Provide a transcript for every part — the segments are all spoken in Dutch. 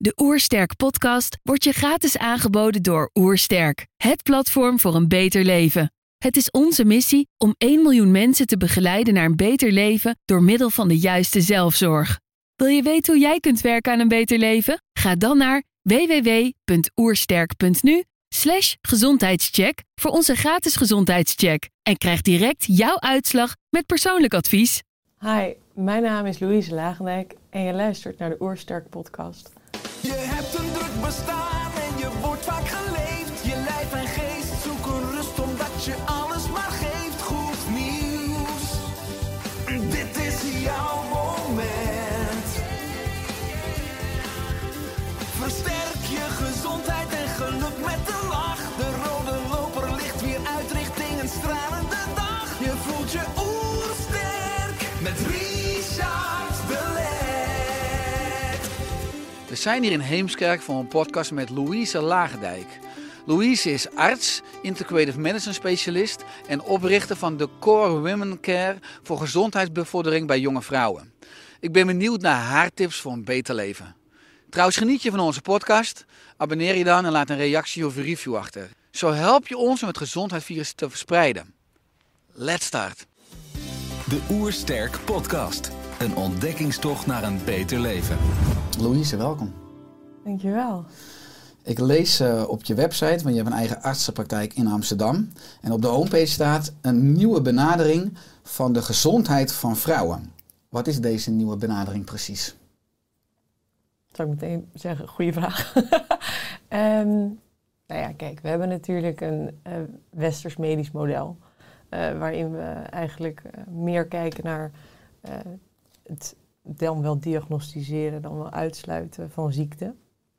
De Oersterk podcast wordt je gratis aangeboden door Oersterk, het platform voor een beter leven. Het is onze missie om 1 miljoen mensen te begeleiden naar een beter leven door middel van de juiste zelfzorg. Wil je weten hoe jij kunt werken aan een beter leven? Ga dan naar www.oersterk.nu/gezondheidscheck voor onze gratis gezondheidscheck en krijg direct jouw uitslag met persoonlijk advies. Hi, mijn naam is Louise Lagendijk en je luistert naar de Oersterk podcast. Je hebt een druk bestaan en je wordt vaak geleefd. Je lijf en geest zoeken rust omdat je alles maar geeft. Goed nieuws, dit is jouw moment. Versterk je gezondheid en geluk met de lach. De rode loper ligt weer uit richting een stralende dag. Je voelt je oersterk met Richard de Let. We zijn hier in Heemskerk voor een podcast met Louise Lagendijk. Louise is arts, integrative medicine specialist en oprichter van de Core Women Care voor gezondheidsbevordering bij jonge vrouwen. Ik ben benieuwd naar haar tips voor een beter leven. Trouwens, geniet je van onze podcast? Abonneer je dan en laat een reactie of een review achter. Zo help je ons om het gezondheidsvirus te verspreiden. Let's start. De Oersterk podcast. Een ontdekkingstocht naar een beter leven. Louise, welkom. Dankjewel. Ik lees op je website, want je hebt een eigen artsenpraktijk in Amsterdam. En op de homepage staat een nieuwe benadering van de gezondheid van vrouwen. Wat is deze nieuwe benadering precies? Zal ik meteen zeggen, goede vraag. Nou ja, kijk, we hebben natuurlijk een westers medisch model. Waarin we eigenlijk meer kijken naar het dan wel diagnosticeren, dan wel uitsluiten van ziekte.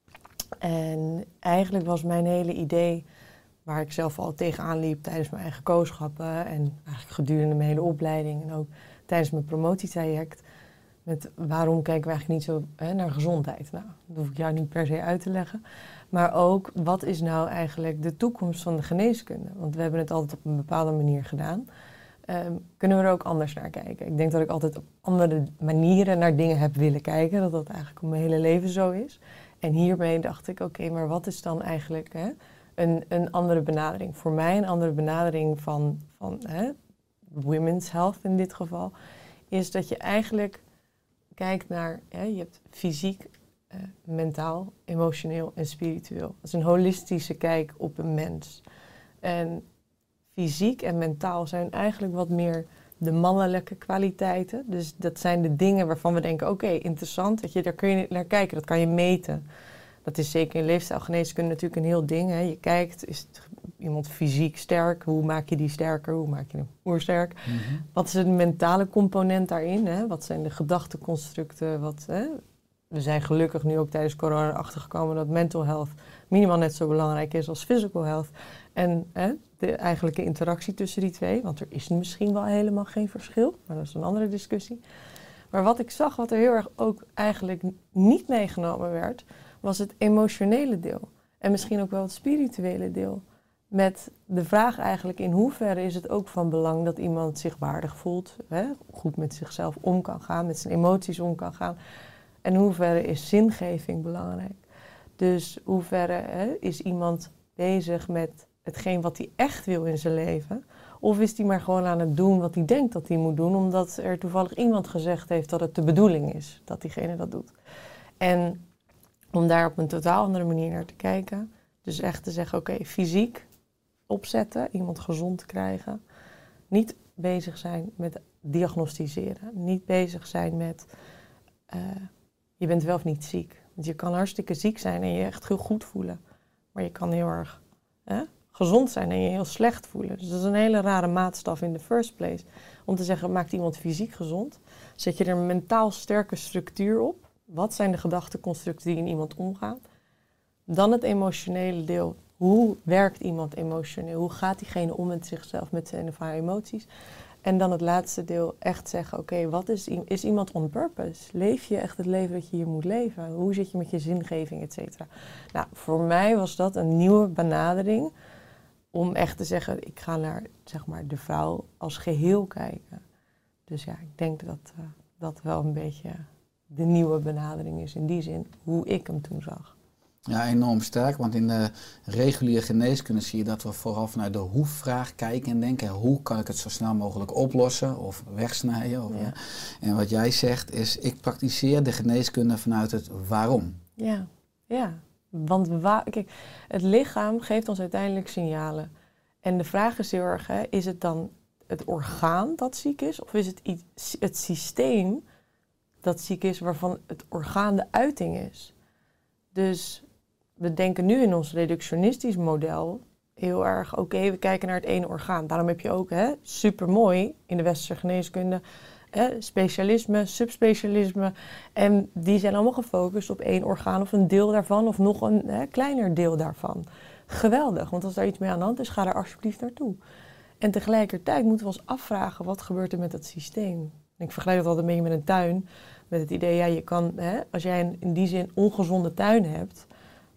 En eigenlijk was mijn hele idee, waar ik zelf al tegenaan liep tijdens mijn eigen kooschappen en eigenlijk gedurende mijn hele opleiding en ook tijdens mijn promotietraject, met waarom kijken we eigenlijk niet zo naar gezondheid? Nou, dat hoef ik jou niet per se uit te leggen. Maar ook, wat is nou eigenlijk de toekomst van de geneeskunde? Want we hebben het altijd op een bepaalde manier gedaan. Kunnen we er ook anders naar kijken? Ik denk dat ik altijd op andere manieren naar dingen heb willen kijken. Dat dat eigenlijk mijn hele leven zo is. En hiermee dacht ik, oké, maar wat is dan eigenlijk een andere benadering? Voor mij een andere benadering van women's health in dit geval, is dat je eigenlijk kijkt naar, je hebt fysiek, mentaal, emotioneel en spiritueel. Dat is een holistische kijk op een mens. En fysiek en mentaal zijn eigenlijk wat meer de mannelijke kwaliteiten. Dus dat zijn de dingen waarvan we denken, oké, interessant. Daar kun je naar kijken, dat kan je meten. Dat is zeker in leefstijlgeneeskunde natuurlijk een heel ding. Hè. Je kijkt, is iemand fysiek sterk? Hoe maak je die sterker? Hoe maak je hem oersterk? Mm-hmm. Wat is de mentale component daarin? Hè? Wat zijn de gedachteconstructen? We zijn gelukkig nu ook tijdens corona achtergekomen dat mental health minimaal net zo belangrijk is als physical health. En de eigenlijke interactie tussen die twee, want er is misschien wel helemaal geen verschil, maar dat is een andere discussie. Maar wat ik zag, wat er heel erg ook eigenlijk niet meegenomen werd, was het emotionele deel. En misschien ook wel het spirituele deel. Met de vraag eigenlijk, in hoeverre is het ook van belang dat iemand zich waardig voelt, goed met zichzelf om kan gaan, met zijn emoties om kan gaan. En in hoeverre is zingeving belangrijk? Dus hoeverre is iemand bezig met hetgeen wat hij echt wil in zijn leven? Of is hij maar gewoon aan het doen wat hij denkt dat hij moet doen, omdat er toevallig iemand gezegd heeft dat het de bedoeling is dat diegene dat doet? En om daar op een totaal andere manier naar te kijken. Dus echt te zeggen, oké, fysiek opzetten, iemand gezond krijgen. Niet bezig zijn met diagnosticeren. Niet bezig zijn met, je bent wel of niet ziek. Want je kan hartstikke ziek zijn en je echt heel goed voelen. Maar je kan heel erg gezond zijn en je heel slecht voelen. Dus dat is een hele rare maatstaf in the first place. Om te zeggen, maakt iemand fysiek gezond? Zet je er een mentaal sterke structuur op? Wat zijn de gedachteconstructen die in iemand omgaan? Dan het emotionele deel. Hoe werkt iemand emotioneel? Hoe gaat diegene om met zichzelf, met zijn of haar emoties? En dan het laatste deel, echt zeggen, oké, wat is iemand on purpose? Leef je echt het leven dat je hier moet leven? Hoe zit je met je zingeving, et cetera? Nou, voor mij was dat een nieuwe benadering om echt te zeggen, ik ga naar, zeg maar, de vrouw als geheel kijken. Dus ja, ik denk dat dat wel een beetje de nieuwe benadering is in die zin, hoe ik hem toen zag. Ja, enorm sterk, want in de reguliere geneeskunde zie je dat we vooral vanuit de hoe-vraag kijken en denken, hoe kan ik het zo snel mogelijk oplossen of wegsnijden. Ja. En wat jij zegt is, ik praktiseer de geneeskunde vanuit het waarom. Ja. Want kijk, het lichaam geeft ons uiteindelijk signalen. En de vraag is heel erg, is het dan het orgaan dat ziek is? Of is het het systeem dat ziek is waarvan het orgaan de uiting is? Dus we denken nu in ons reductionistisch model heel erg, oké, we kijken naar het ene orgaan. Daarom heb je ook, supermooi in de westerse geneeskunde, specialisme, subspecialisme. En die zijn allemaal gefocust op één orgaan of een deel daarvan of nog een kleiner deel daarvan. Geweldig, want als daar iets mee aan de hand is, ga daar alsjeblieft naartoe. En tegelijkertijd moeten we ons afvragen, wat gebeurt er met dat systeem? Ik vergelijk dat altijd een beetje met een tuin. Met het idee, je kan, als jij in die zin ongezonde tuin hebt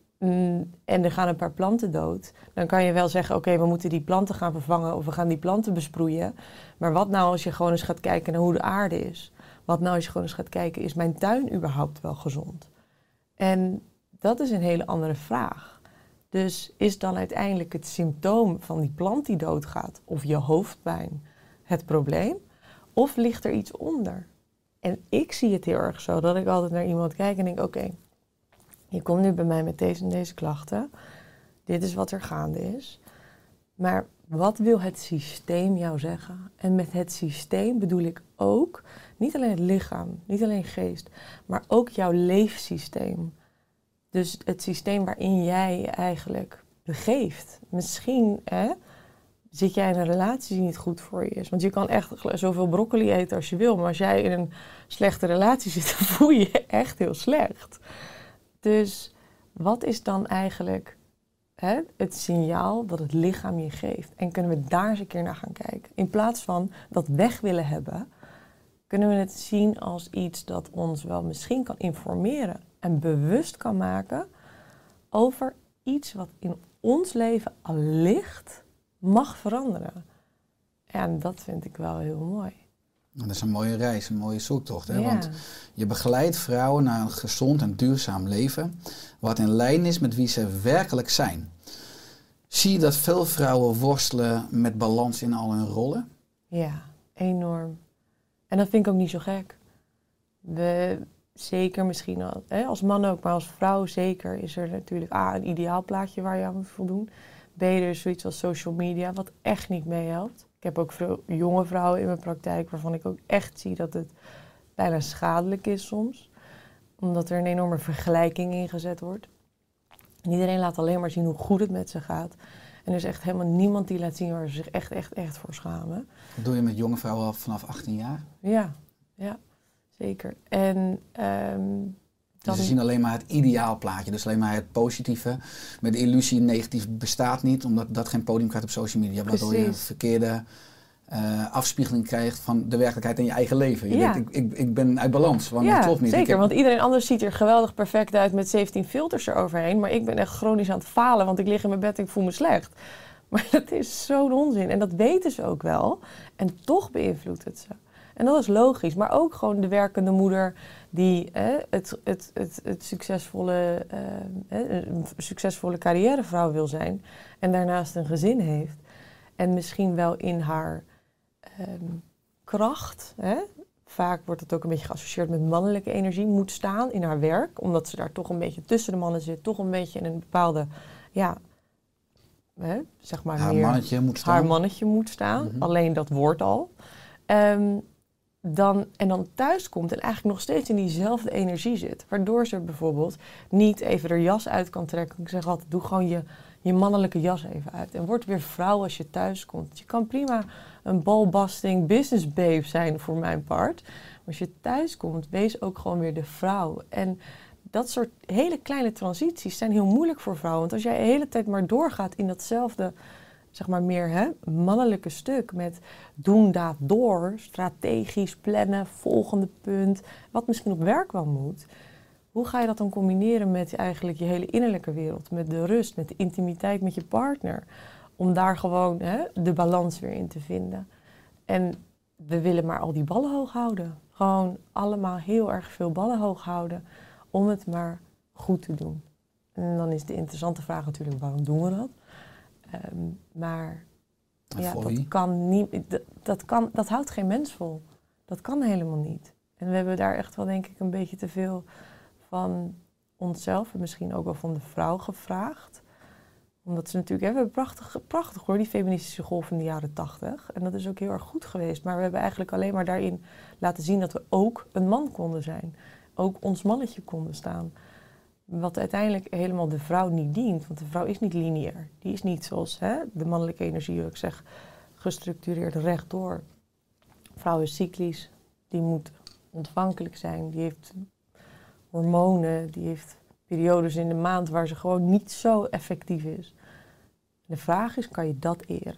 en er gaan een paar planten dood, dan kan je wel zeggen, oké, we moeten die planten gaan vervangen of we gaan die planten besproeien. Maar wat nou als je gewoon eens gaat kijken naar hoe de aarde is? Wat nou als je gewoon eens gaat kijken, is mijn tuin überhaupt wel gezond? En dat is een hele andere vraag. Dus is dan uiteindelijk het symptoom van die plant die doodgaat of je hoofdpijn het probleem? Of ligt er iets onder? En ik zie het heel erg zo dat ik altijd naar iemand kijk en denk, oké, je komt nu bij mij met deze en deze klachten. Dit is wat er gaande is. Maar wat wil het systeem jou zeggen? En met het systeem bedoel ik ook niet alleen het lichaam, niet alleen geest, maar ook jouw leefsysteem. Dus het systeem waarin jij je eigenlijk begeeft. Misschien zit jij in een relatie die niet goed voor je is. Want je kan echt zoveel broccoli eten als je wil. Maar als jij in een slechte relatie zit, dan voel je je echt heel slecht. Dus wat is dan eigenlijk het signaal dat het lichaam je geeft? En kunnen we daar eens een keer naar gaan kijken? In plaats van dat weg willen hebben, kunnen we het zien als iets dat ons wel misschien kan informeren en bewust kan maken over iets wat in ons leven allicht mag veranderen. En dat vind ik wel heel mooi. Dat is een mooie reis, een mooie zoektocht. Hè? Ja. Want je begeleidt vrouwen naar een gezond en duurzaam leven, wat in lijn is met wie ze werkelijk zijn. Zie je dat veel vrouwen worstelen met balans in al hun rollen? Ja, enorm. En dat vind ik ook niet zo gek. Zeker misschien als man ook, maar als vrouw zeker is er natuurlijk een ideaalplaatje waar je aan moet voldoen. B, er is zoiets als social media, wat echt niet meehelpt. Ik heb ook veel jonge vrouwen in mijn praktijk waarvan ik ook echt zie dat het bijna schadelijk is soms. Omdat er een enorme vergelijking ingezet wordt. En iedereen laat alleen maar zien hoe goed het met ze gaat. En er is echt helemaal niemand die laat zien waar ze zich echt voor schamen. Dat doe je met jonge vrouwen al vanaf 18 jaar? Ja, zeker. En Dus ze zien alleen maar het ideaalplaatje, dus alleen maar het positieve. Met de illusie negatief bestaat niet, omdat dat geen podium krijgt op social media. Waardoor je een verkeerde afspiegeling krijgt van de werkelijkheid in je eigen leven. Je denkt, ik ben uit balans, want dat klopt niet. Zeker, want iedereen anders ziet er geweldig perfect uit met 17 filters eroverheen. Maar ik ben echt chronisch aan het falen, want ik lig in mijn bed en ik voel me slecht. Maar dat is zo'n onzin. En dat weten ze ook wel. En toch beïnvloedt het ze. En dat is logisch. Maar ook gewoon de werkende moeder die een succesvolle carrièrevrouw wil zijn. En daarnaast een gezin heeft. En misschien wel in haar kracht, vaak wordt het ook een beetje geassocieerd met mannelijke energie, moet staan in haar werk. Omdat ze daar toch een beetje tussen de mannen zit. Toch een beetje in een bepaalde, zeg maar haar meer... mannetje moet staan. Haar mannetje moet staan. Mm-hmm. Alleen dat woord al. En dan thuis komt en eigenlijk nog steeds in diezelfde energie zit. Waardoor ze bijvoorbeeld niet even haar jas uit kan trekken. Ik zeg altijd, doe gewoon je mannelijke jas even uit. En word weer vrouw als je thuis komt. Je kan prima een ball-busting business babe zijn voor mijn part. Maar als je thuis komt, wees ook gewoon weer de vrouw. En dat soort hele kleine transities zijn heel moeilijk voor vrouwen. Want als jij de hele tijd maar doorgaat in datzelfde, zeg maar meer mannelijke stuk met doen, daad, door, strategisch plannen, volgende punt, wat misschien op werk wel moet. Hoe ga je dat dan combineren met eigenlijk je hele innerlijke wereld, met de rust, met de intimiteit met je partner, om daar gewoon de balans weer in te vinden. En we willen maar al die ballen hoog houden. Gewoon allemaal heel erg veel ballen hoog houden om het maar goed te doen. En dan is de interessante vraag natuurlijk, waarom doen we dat? Maar ja, dat kan niet. Dat houdt geen mens vol. Dat kan helemaal niet. En we hebben daar echt wel, denk ik, een beetje te veel van onszelf en misschien ook wel van de vrouw gevraagd. Omdat ze natuurlijk, we hebben prachtig hoor, die feministische golf in de jaren 80. En dat is ook heel erg goed geweest. Maar we hebben eigenlijk alleen maar daarin laten zien dat we ook een man konden zijn. Ook ons mannetje konden staan. Wat uiteindelijk helemaal de vrouw niet dient. Want de vrouw is niet lineair. Die is niet zoals de mannelijke energie, wat ik zeg, gestructureerd rechtdoor. De vrouw is cyclisch. Die moet ontvankelijk zijn. Die heeft hormonen. Die heeft periodes in de maand waar ze gewoon niet zo effectief is. De vraag is, kan je dat eren?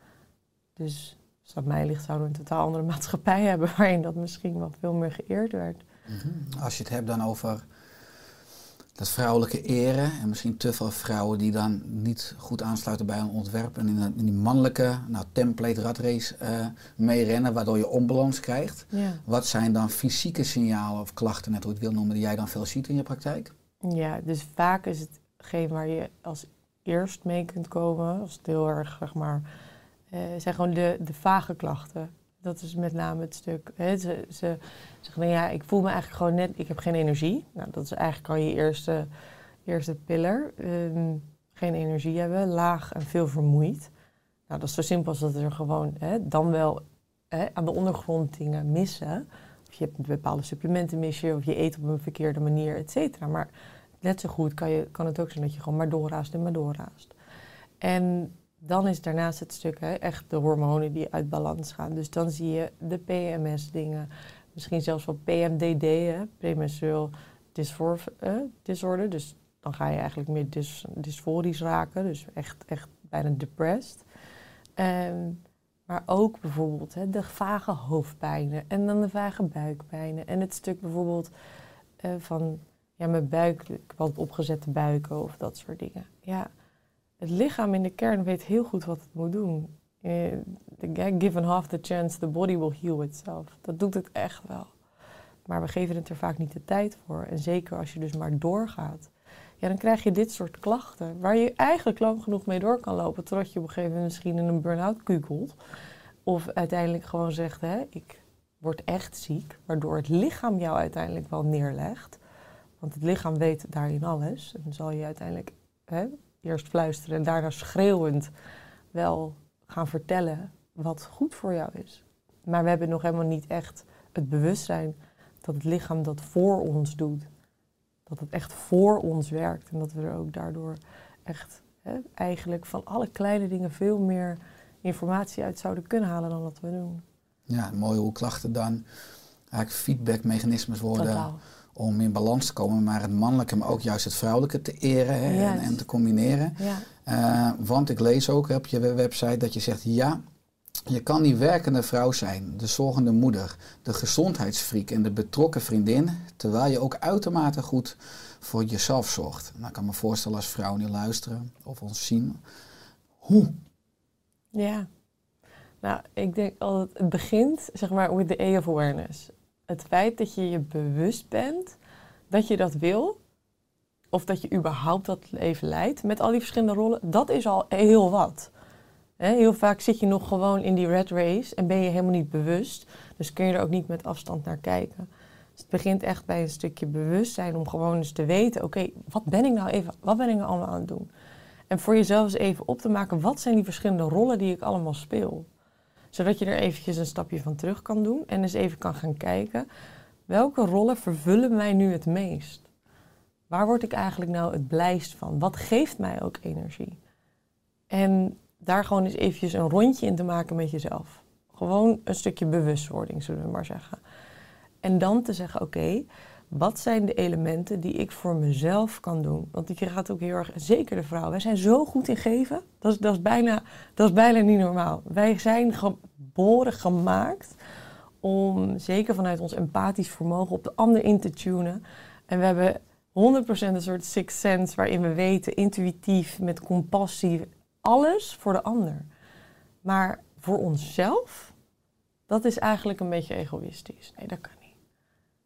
Dus als dat mij ligt, zouden we een totaal andere maatschappij hebben waarin dat misschien wat veel meer geëerd werd. Als je het hebt dan over dat vrouwelijke eren en misschien te veel vrouwen die dan niet goed aansluiten bij een ontwerp en in die mannelijke template ratrace meerennen, waardoor je onbalans krijgt. Ja. Wat zijn dan fysieke signalen of klachten, net hoe je het wil noemen, die jij dan veel ziet in je praktijk? Ja, dus vaak is hetgeen waar je als eerst mee kunt komen, als het heel erg, zeg maar, zijn gewoon de vage klachten. Dat is met name het stuk. Ze zeggen, ja, ik voel me eigenlijk gewoon net, ik heb geen energie. Nou, dat is eigenlijk al je eerste pillar. Geen energie hebben, laag en veel vermoeid. Nou, dat is zo simpel als dat er gewoon dan wel aan de ondergrond dingen missen. Of je hebt bepaalde supplementen mis je, of je eet op een verkeerde manier, et cetera. Maar net zo goed kan het ook zijn dat je gewoon maar doorraast. En dan is daarnaast het stuk echt de hormonen die uit balans gaan. Dus dan zie je de PMS-dingen. Misschien zelfs wel PMDD, premenstrueel disorder. Dus dan ga je eigenlijk meer dysforisch raken. Dus echt bijna depressed. Maar ook bijvoorbeeld de vage hoofdpijnen. En dan de vage buikpijnen. En het stuk bijvoorbeeld van mijn buik. Ik heb altijd opgezette buiken of dat soort dingen. Ja. Het lichaam in de kern weet heel goed wat het moet doen. Given half the chance, the body will heal itself. Dat doet het echt wel. Maar we geven het er vaak niet de tijd voor. En zeker als je dus maar doorgaat. Ja, dan krijg je dit soort klachten. Waar je eigenlijk lang genoeg mee door kan lopen. Totdat je op een gegeven moment misschien in een burn-out kukelt. Of uiteindelijk gewoon zegt, ik word echt ziek. Waardoor het lichaam jou uiteindelijk wel neerlegt. Want het lichaam weet daarin alles. En dan zal je uiteindelijk eerst fluisteren en daarna schreeuwend wel gaan vertellen wat goed voor jou is. Maar we hebben nog helemaal niet echt het bewustzijn dat het lichaam dat voor ons doet. Dat het echt voor ons werkt. En dat we er ook daardoor echt eigenlijk van alle kleine dingen veel meer informatie uit zouden kunnen halen dan wat we doen. Ja, mooi hoe klachten dan eigenlijk feedbackmechanismes worden. Totaal. Om in balans te komen, maar het mannelijke, maar ook juist het vrouwelijke te eren en te combineren. Ja. Want ik lees ook op je website dat je zegt, ja, je kan die werkende vrouw zijn, de zorgende moeder, de gezondheidsfreak en de betrokken vriendin, terwijl je ook uitermate goed voor jezelf zorgt. Nou, ik kan me voorstellen als vrouwen die luisteren of ons zien. Hoe? Ja, nou, ik denk altijd, het begint, zeg maar, with the A of awareness. Het feit dat je je bewust bent dat je dat wil, of dat je überhaupt dat leven leidt met al die verschillende rollen, dat is al heel wat. Heel vaak zit je nog gewoon in die rat race en ben je helemaal niet bewust. Dus kun je er ook niet met afstand naar kijken. Dus het begint echt bij een stukje bewustzijn om gewoon eens te weten, oké, wat ben ik nou allemaal aan het doen? En voor jezelf eens even op te maken, wat zijn die verschillende rollen die ik allemaal speel? Zodat je er eventjes een stapje van terug kan doen en eens even kan gaan kijken, welke rollen vervullen mij nu het meest? Waar word ik eigenlijk nou het blijst van? Wat geeft mij ook energie? En daar gewoon eens eventjes een rondje in te maken met jezelf. Gewoon een stukje bewustwording, zullen we maar zeggen. En dan te zeggen, oké, wat zijn de elementen die ik voor mezelf kan doen? Want je gaat ook heel erg, zeker de vrouwen, wij zijn zo goed in geven. Dat is bijna niet normaal. Wij zijn geboren, gemaakt om, zeker vanuit ons empathisch vermogen, op de ander in te tunen. En we hebben 100% een soort sixth sense waarin we weten, intuïtief, met compassie, alles voor de ander. Maar voor onszelf, dat is eigenlijk een beetje egoïstisch. Nee, dat kan niet.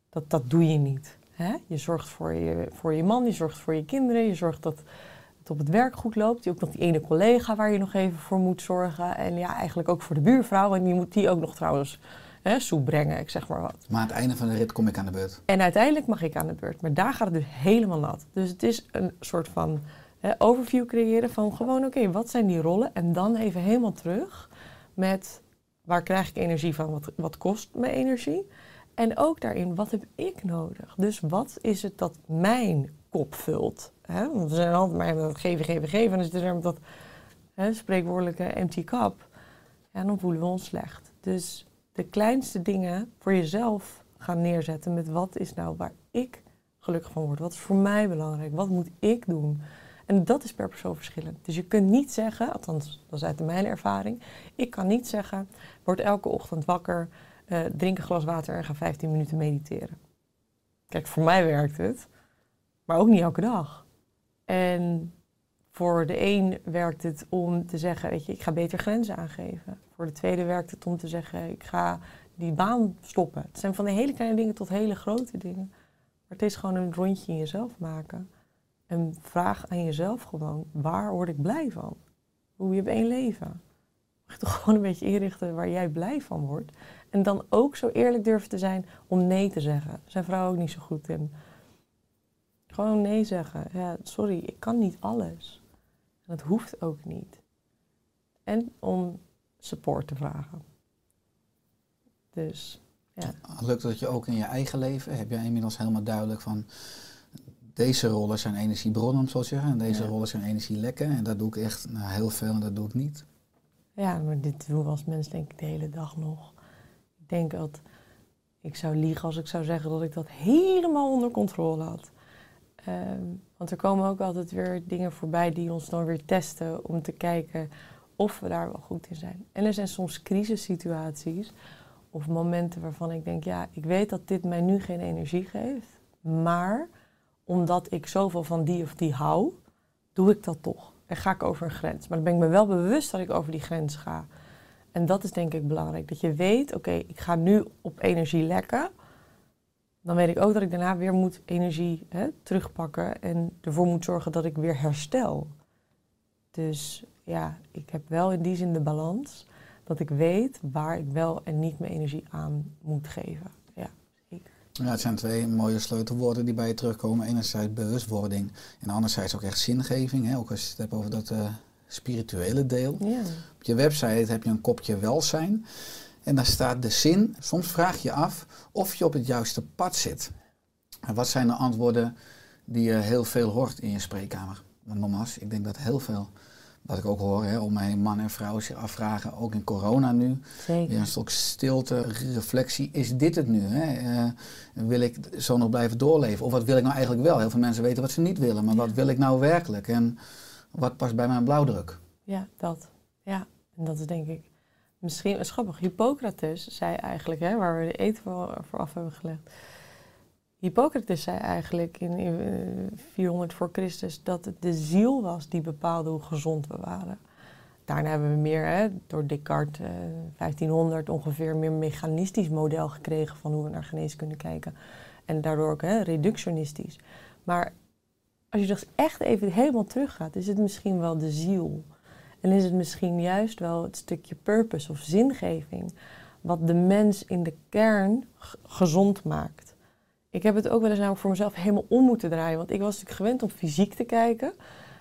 Dat doe je niet. Hè? Je zorgt voor je man, je zorgt voor je kinderen, je zorgt dat het op het werk goed loopt. Je ook nog die ene collega waar je nog even voor moet zorgen. En ja, eigenlijk ook voor de buurvrouw. En die moet die ook nog trouwens soep brengen, ik zeg maar wat. Maar aan het einde van de rit kom ik aan de beurt. En uiteindelijk mag ik aan de beurt. Maar daar gaat het dus helemaal nat. Dus het is een soort van overview creëren van gewoon oké, wat zijn die rollen? En dan even helemaal terug met waar krijg ik energie van? Wat kost me energie? En ook daarin, wat heb ik nodig? Dus wat is het dat mijn kop vult? Hè? Want we zijn altijd maar dat geven. En als het is weer met dat spreekwoordelijke empty cup, ja, dan voelen we ons slecht. Dus de kleinste dingen voor jezelf gaan neerzetten met wat is nou waar ik gelukkig van word? Wat is voor mij belangrijk? Wat moet ik doen? En dat is per persoon verschillend. Dus je kunt niet zeggen, althans dat is uit mijn ervaring, ik kan niet zeggen, word elke ochtend wakker, drink een glas water en ga 15 minuten mediteren. Kijk, voor mij werkt het, maar ook niet elke dag. En voor de een werkt het om te zeggen, weet je, ik ga beter grenzen aangeven. Voor de tweede werkt het om te zeggen, ik ga die baan stoppen. Het zijn van de hele kleine dingen tot hele grote dingen. Maar het is gewoon een rondje in jezelf maken. En vraag aan jezelf gewoon, waar word ik blij van? Hoe je hebt 1 leven. Mag je toch gewoon een beetje inrichten waar jij blij van wordt. En dan ook zo eerlijk durven te zijn om nee te zeggen. Daar zijn vrouwen ook niet zo goed in. Gewoon nee zeggen. Ja, sorry, ik kan niet alles. En dat hoeft ook niet. En om support te vragen. Dus, ja. Lukt dat je ook in je eigen leven? Heb jij inmiddels helemaal duidelijk van deze rollen zijn energiebronnen, om zo te zeggen. En deze rollen zijn energielekken. En dat doe ik echt heel veel en dat doe ik niet. Ja, maar dit doen we als mens denk ik de hele dag nog. Ik denk dat ik zou liegen als ik zou zeggen dat ik dat helemaal onder controle had. Want er komen ook altijd weer dingen voorbij die ons dan weer testen om te kijken of we daar wel goed in zijn. En er zijn soms crisissituaties of momenten waarvan ik denk, ja, ik weet dat dit mij nu geen energie geeft, maar omdat ik zoveel van die of die hou, doe ik dat toch. En ga ik over een grens. Maar dan ben ik me wel bewust dat ik over die grens ga. En dat is denk ik belangrijk. Dat je weet, oké, ik ga nu op energie lekken. Dan weet ik ook dat ik daarna weer moet energie terugpakken. En ervoor moet zorgen dat ik weer herstel. Dus ja, ik heb wel in die zin de balans. Dat ik weet waar ik wel en niet mijn energie aan moet geven. Ja, zeker. Ja, het zijn 2 mooie sleutelwoorden die bij je terugkomen. Enerzijds bewustwording en anderzijds ook echt zingeving. Hè? Ook als je het hebt over dat spirituele deel. Ja. Op je website heb je een kopje welzijn. En daar staat de zin. Soms vraag je af of je op het juiste pad zit. En wat zijn de antwoorden die je heel veel hoort in je spreekkamer? Want nogmaals, ik denk dat heel veel, wat ik ook hoor, om mij man en vrouw zich afvragen, ook in corona nu. Zeker. Weer een stuk stilte, reflectie. Is dit het nu? Wil ik zo nog blijven doorleven? Of wat wil ik nou eigenlijk wel? Heel veel mensen weten wat ze niet willen. Maar wat wil ik nou werkelijk? En wat past bij mijn blauwdruk? Ja, dat. Ja, en dat is denk ik misschien, het is grappig, Hippocrates zei eigenlijk, waar we de eten voor af hebben gelegd. Hippocrates zei eigenlijk in 400 voor Christus dat het de ziel was die bepaalde hoe gezond we waren. Daarna hebben we meer, door Descartes, 1500 ongeveer, meer mechanistisch model gekregen van hoe we naar geneeskunde kijken. En daardoor ook reductionistisch. Maar als je dus echt even helemaal teruggaat, is het misschien wel de ziel. En is het misschien juist wel het stukje purpose of zingeving, wat de mens in de kern gezond maakt. Ik heb het ook wel eens namelijk voor mezelf helemaal om moeten draaien. Want ik was natuurlijk gewend om fysiek te kijken,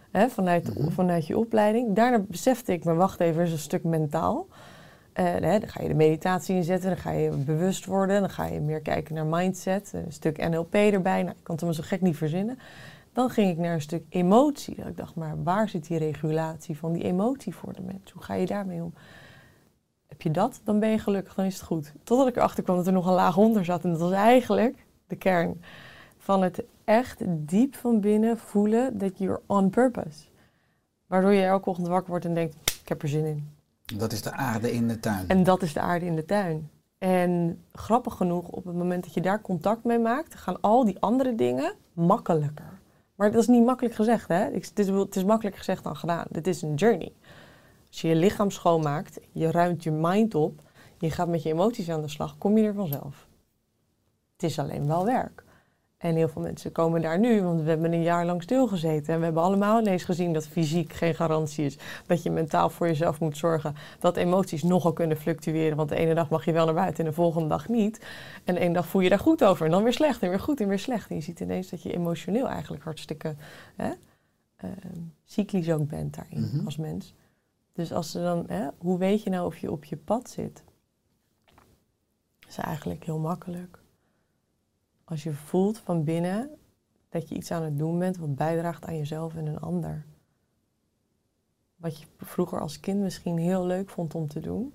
vanuit je opleiding. Daarna besefte ik me, wacht even, is een stuk mentaal. Dan ga je de meditatie inzetten, dan ga je bewust worden. Dan ga je meer kijken naar mindset, een stuk NLP erbij. Nou, ik kan het me zo gek niet verzinnen. Dan ging ik naar een stuk emotie. Dat ik dacht, maar waar zit die regulatie van die emotie voor de mens? Hoe ga je daarmee om? Heb je dat, dan ben je gelukkig, dan is het goed. Totdat ik erachter kwam dat er nog een laag onder zat. En dat was eigenlijk de kern van het echt diep van binnen voelen dat you're on purpose. Waardoor je elke ochtend wakker wordt en denkt, ik heb er zin in. Dat is de aarde in de tuin. En dat is de aarde in de tuin. En grappig genoeg, op het moment dat je daar contact mee maakt, gaan al die andere dingen makkelijker. Maar dat is niet makkelijk gezegd, hè? Het is makkelijker gezegd dan gedaan. Dit is een journey. Als je je lichaam schoonmaakt, je ruimt je mind op, je gaat met je emoties aan de slag, kom je er vanzelf. Het is alleen wel werk. En heel veel mensen komen daar nu, want we hebben een jaar lang stilgezeten. En we hebben allemaal ineens gezien dat fysiek geen garantie is. Dat je mentaal voor jezelf moet zorgen. Dat emoties nogal kunnen fluctueren. Want de ene dag mag je wel naar buiten en de volgende dag niet. En de ene dag voel je daar goed over. En dan weer slecht en weer goed en weer slecht. En je ziet ineens dat je emotioneel eigenlijk hartstikke cyclisch ook bent daarin als mens. Dus als ze dan, hoe weet je nou of je op je pad zit? Dat is eigenlijk heel makkelijk. Als je voelt van binnen dat je iets aan het doen bent wat bijdraagt aan jezelf en een ander. Wat je vroeger als kind misschien heel leuk vond om te doen.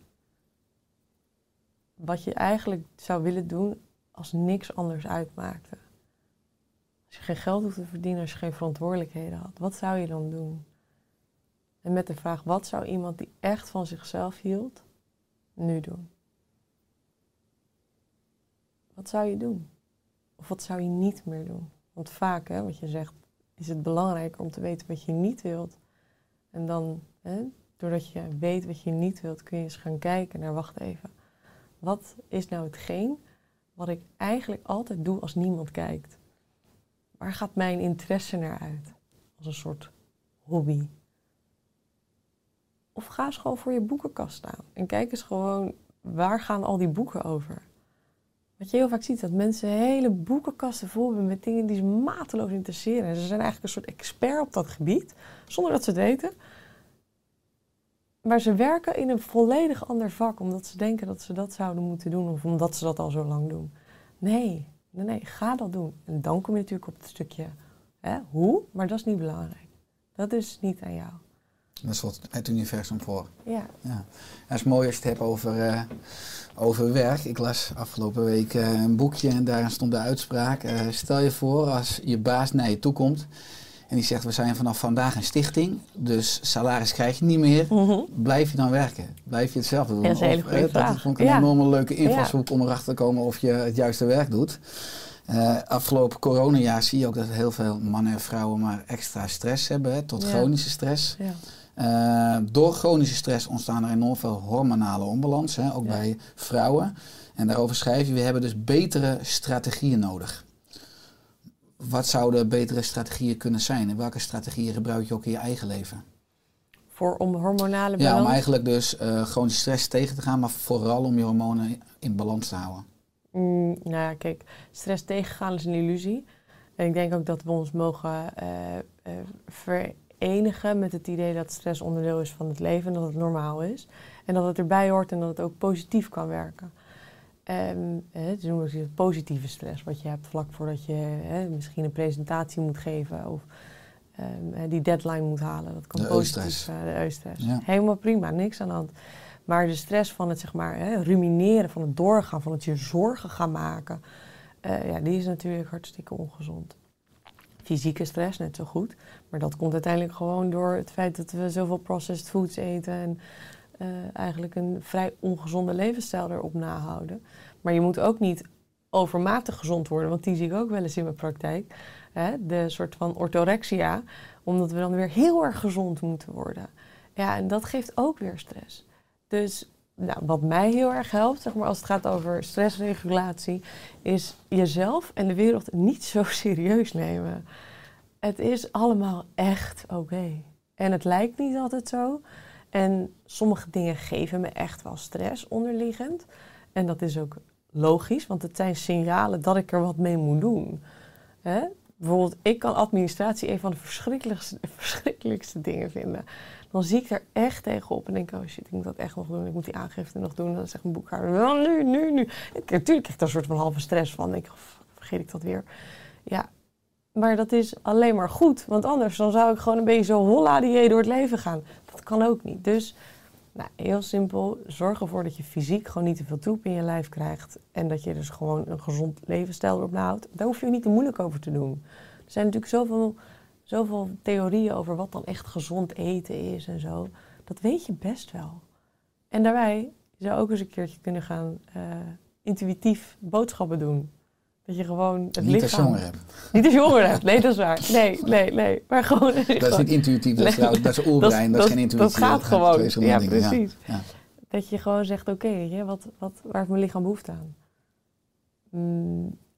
Wat je eigenlijk zou willen doen als niks anders uitmaakte. Als je geen geld hoeft te verdienen, als je geen verantwoordelijkheden had. Wat zou je dan doen? En met de vraag, wat zou iemand die echt van zichzelf hield, nu doen? Wat zou je doen? Of wat zou je niet meer doen? Want vaak, wat je zegt, is het belangrijker om te weten wat je niet wilt. En dan, doordat je weet wat je niet wilt, kun je eens gaan kijken naar, wacht even. Wat is nou hetgeen wat ik eigenlijk altijd doe als niemand kijkt? Waar gaat mijn interesse naar uit? Als een soort hobby. Of ga eens gewoon voor je boekenkast staan. En kijk eens gewoon, waar gaan al die boeken over? Wat je heel vaak ziet, dat mensen hele boekenkasten vol hebben met dingen die ze mateloos interesseren. En ze zijn eigenlijk een soort expert op dat gebied, zonder dat ze het weten. Maar ze werken in een volledig ander vak, omdat ze denken dat ze dat zouden moeten doen. Of omdat ze dat al zo lang doen. Nee, ga dat doen. En dan kom je natuurlijk op het stukje hoe, maar dat is niet belangrijk. Dat is niet aan jou. Dat is wat het universum voor. Ja. Dat is mooi als je het hebt over werk. Ik las afgelopen week een boekje en daarin stond de uitspraak. Stel je voor als je baas naar je toe komt en die zegt, we zijn vanaf vandaag een stichting, dus salaris krijg je niet meer. Blijf je dan werken? Blijf je hetzelfde doen? Ja, dat is een hele goede vraag. Dat vond ik een enorme leuke invalshoek om erachter te komen of je het juiste werk doet. Afgelopen coronajaar zie je ook dat heel veel mannen en vrouwen maar extra stress hebben, tot chronische stress. Ja. Door chronische stress ontstaan er enorm veel hormonale onbalans, ook bij vrouwen. En daarover schrijf je, we hebben dus betere strategieën nodig. Wat zouden betere strategieën kunnen zijn? En welke strategieën gebruik je ook in je eigen leven? Om hormonale balans? Ja, om eigenlijk dus chronische stress tegen te gaan, maar vooral om je hormonen in balans te houden. Kijk, stress tegengaan is een illusie. En ik denk ook dat we ons mogen verenigen met het idee dat stress onderdeel is van het leven en dat het normaal is. En dat het erbij hoort en dat het ook positief kan werken. Ze noemen het positieve stress, wat je hebt vlak voordat je misschien een presentatie moet geven of die deadline moet halen. Dat kan de positief zijn, de eustress. Ja. Helemaal prima, niks aan de hand. Maar de stress van het rumineren, van het doorgaan, van het je zorgen gaan maken, die is natuurlijk hartstikke ongezond. Fysieke stress net zo goed, maar dat komt uiteindelijk gewoon door het feit dat we zoveel processed foods eten en eigenlijk een vrij ongezonde levensstijl erop nahouden. Maar je moet ook niet overmatig gezond worden, want die zie ik ook wel eens in mijn praktijk. De soort van orthorexia, omdat we dan weer heel erg gezond moeten worden. Ja, en dat geeft ook weer stress. Dus wat mij heel erg helpt, als het gaat over stressregulatie, is jezelf en de wereld niet zo serieus nemen. Het is allemaal echt oké. En het lijkt niet altijd zo. En sommige dingen geven me echt wel stress onderliggend. En dat is ook logisch, want het zijn signalen dat ik er wat mee moet doen. Bijvoorbeeld, ik kan administratie een van de verschrikkelijkste dingen vinden. Dan zie ik er echt tegenop en denk, oh shit, ik moet dat echt nog doen. Ik moet die aangifte nog doen. En dan zegt mijn boekhouder, nu. Natuurlijk krijg ik daar een soort van halve stress van. Ik vergeet ik dat weer. Ja, maar dat is alleen maar goed. Want anders dan zou ik gewoon een beetje zo holla die door het leven gaan. Dat kan ook niet. Dus heel simpel, zorg ervoor dat je fysiek gewoon niet te veel troep in je lijf krijgt. En dat je dus gewoon een gezond levensstijl erop nahoudt. Daar hoef je niet te moeilijk over te doen. Er zijn natuurlijk zoveel theorieën over wat dan echt gezond eten is en zo. Dat weet je best wel. En daarbij zou ook eens een keertje kunnen gaan intuïtief boodschappen doen. Dat je gewoon het niet lichaam... als je honger hebt. Niet als je honger hebt. Nee, dat is waar. Nee. Maar gewoon... Dat is niet intuïtief, dat is oerbrein, dat is geen intuïtie. Dat gaat gewoon. Ja, dingen, precies. Ja. Dat je gewoon zegt, oké, waar heeft mijn lichaam behoefte aan?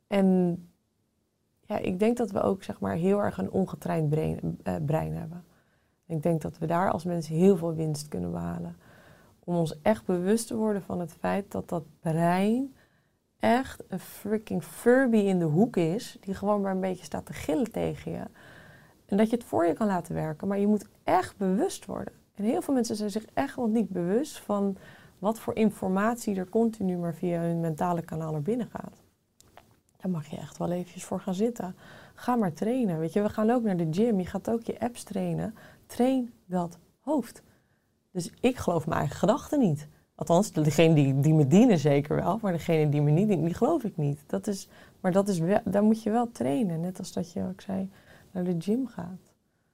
En ja, ik denk dat we ook zeg maar heel erg een ongetraind brein hebben. Ik denk dat we daar als mensen heel veel winst kunnen behalen. Om ons echt bewust te worden van het feit dat dat brein echt een freaking Furby in de hoek is. Die gewoon maar een beetje staat te gillen tegen je. En dat je het voor je kan laten werken. Maar je moet echt bewust worden. En heel veel mensen zijn zich echt nog niet bewust van wat voor informatie er continu maar via hun mentale kanaal naar binnen gaat. Daar mag je echt wel eventjes voor gaan zitten. Ga maar trainen. Weet je, we gaan ook naar de gym. Je gaat ook je apps trainen. Train dat hoofd. Dus ik geloof mijn eigen gedachten niet. Althans, degene die me dienen zeker wel. Maar degene die me niet dienen, die geloof ik niet. Daar moet je wel trainen. Net als dat je, wat ik zei, naar de gym gaat.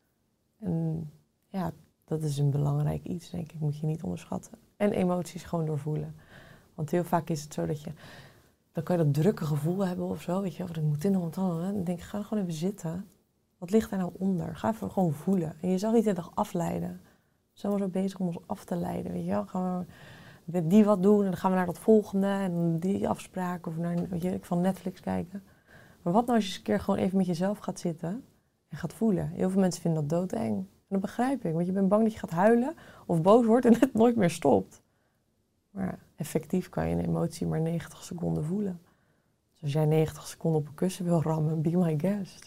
En ja, dat is een belangrijk iets, denk ik. Moet je niet onderschatten. En emoties gewoon doorvoelen. Want heel vaak is het zo dat je... Dan kan je dat drukke gevoel hebben of zo. Weet je, dat moet in, dan denk ik, ga gewoon even zitten. Wat ligt daar nou onder? Ga even gewoon voelen. En je zal niet de hele dag afleiden. We zijn wel zo bezig om ons af te leiden. Weet je wel? Gaan we met die wat doen en dan gaan we naar dat volgende. En die afspraak of naar van Netflix kijken. Maar wat nou als je eens een keer gewoon even met jezelf gaat zitten en gaat voelen? Heel veel mensen vinden dat doodeng. En dat begrijp ik. Want je bent bang dat je gaat huilen of boos wordt en het nooit meer stopt. Maar effectief kan je een emotie maar 90 seconden voelen. Dus als jij 90 seconden op een kussen wil rammen, be my guest.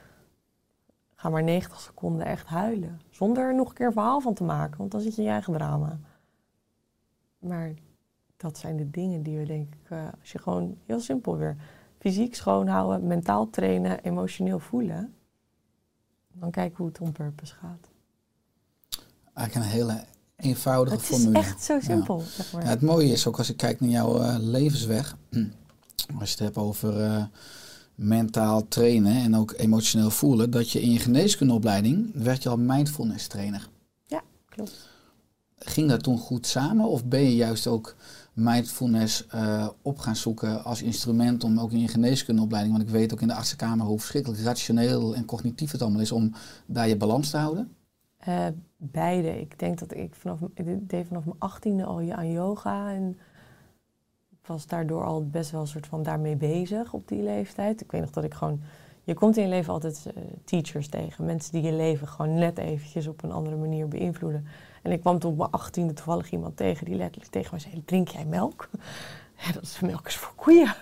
Ga maar 90 seconden echt huilen. Zonder er nog een keer een verhaal van te maken, want dan zit je in je eigen drama. Maar dat zijn de dingen die we denk ik, als je gewoon heel simpel weer fysiek schoonhouden, mentaal trainen, emotioneel voelen. Dan kijken hoe het on purpose gaat. Eigenlijk een hele eenvoudige formule. Het is echt zo simpel. Ja. Zeg maar. Ja, het mooie is ook als ik kijk naar jouw levensweg. Als je het hebt over mentaal trainen en ook emotioneel voelen. Dat je in je geneeskundeopleiding werd je al mindfulness trainer. Ja, klopt. Ging dat toen goed samen? Of ben je juist ook mindfulness op gaan zoeken als instrument om ook in je geneeskundeopleiding. Want ik weet ook in de artsenkamer hoe verschrikkelijk rationeel en cognitief het allemaal is om daar je balans te houden. Beide. Ik denk dat ik deed vanaf mijn 18e al aan yoga en was daardoor al best wel een soort van daarmee bezig op die leeftijd. Ik weet nog dat ik gewoon... Je komt in je leven altijd teachers tegen. Mensen die je leven gewoon net eventjes op een andere manier beïnvloeden. En ik kwam toen op mijn 18e toevallig iemand tegen die letterlijk tegen mij zei: drink jij melk? Ja, dat is melk is voor koeien.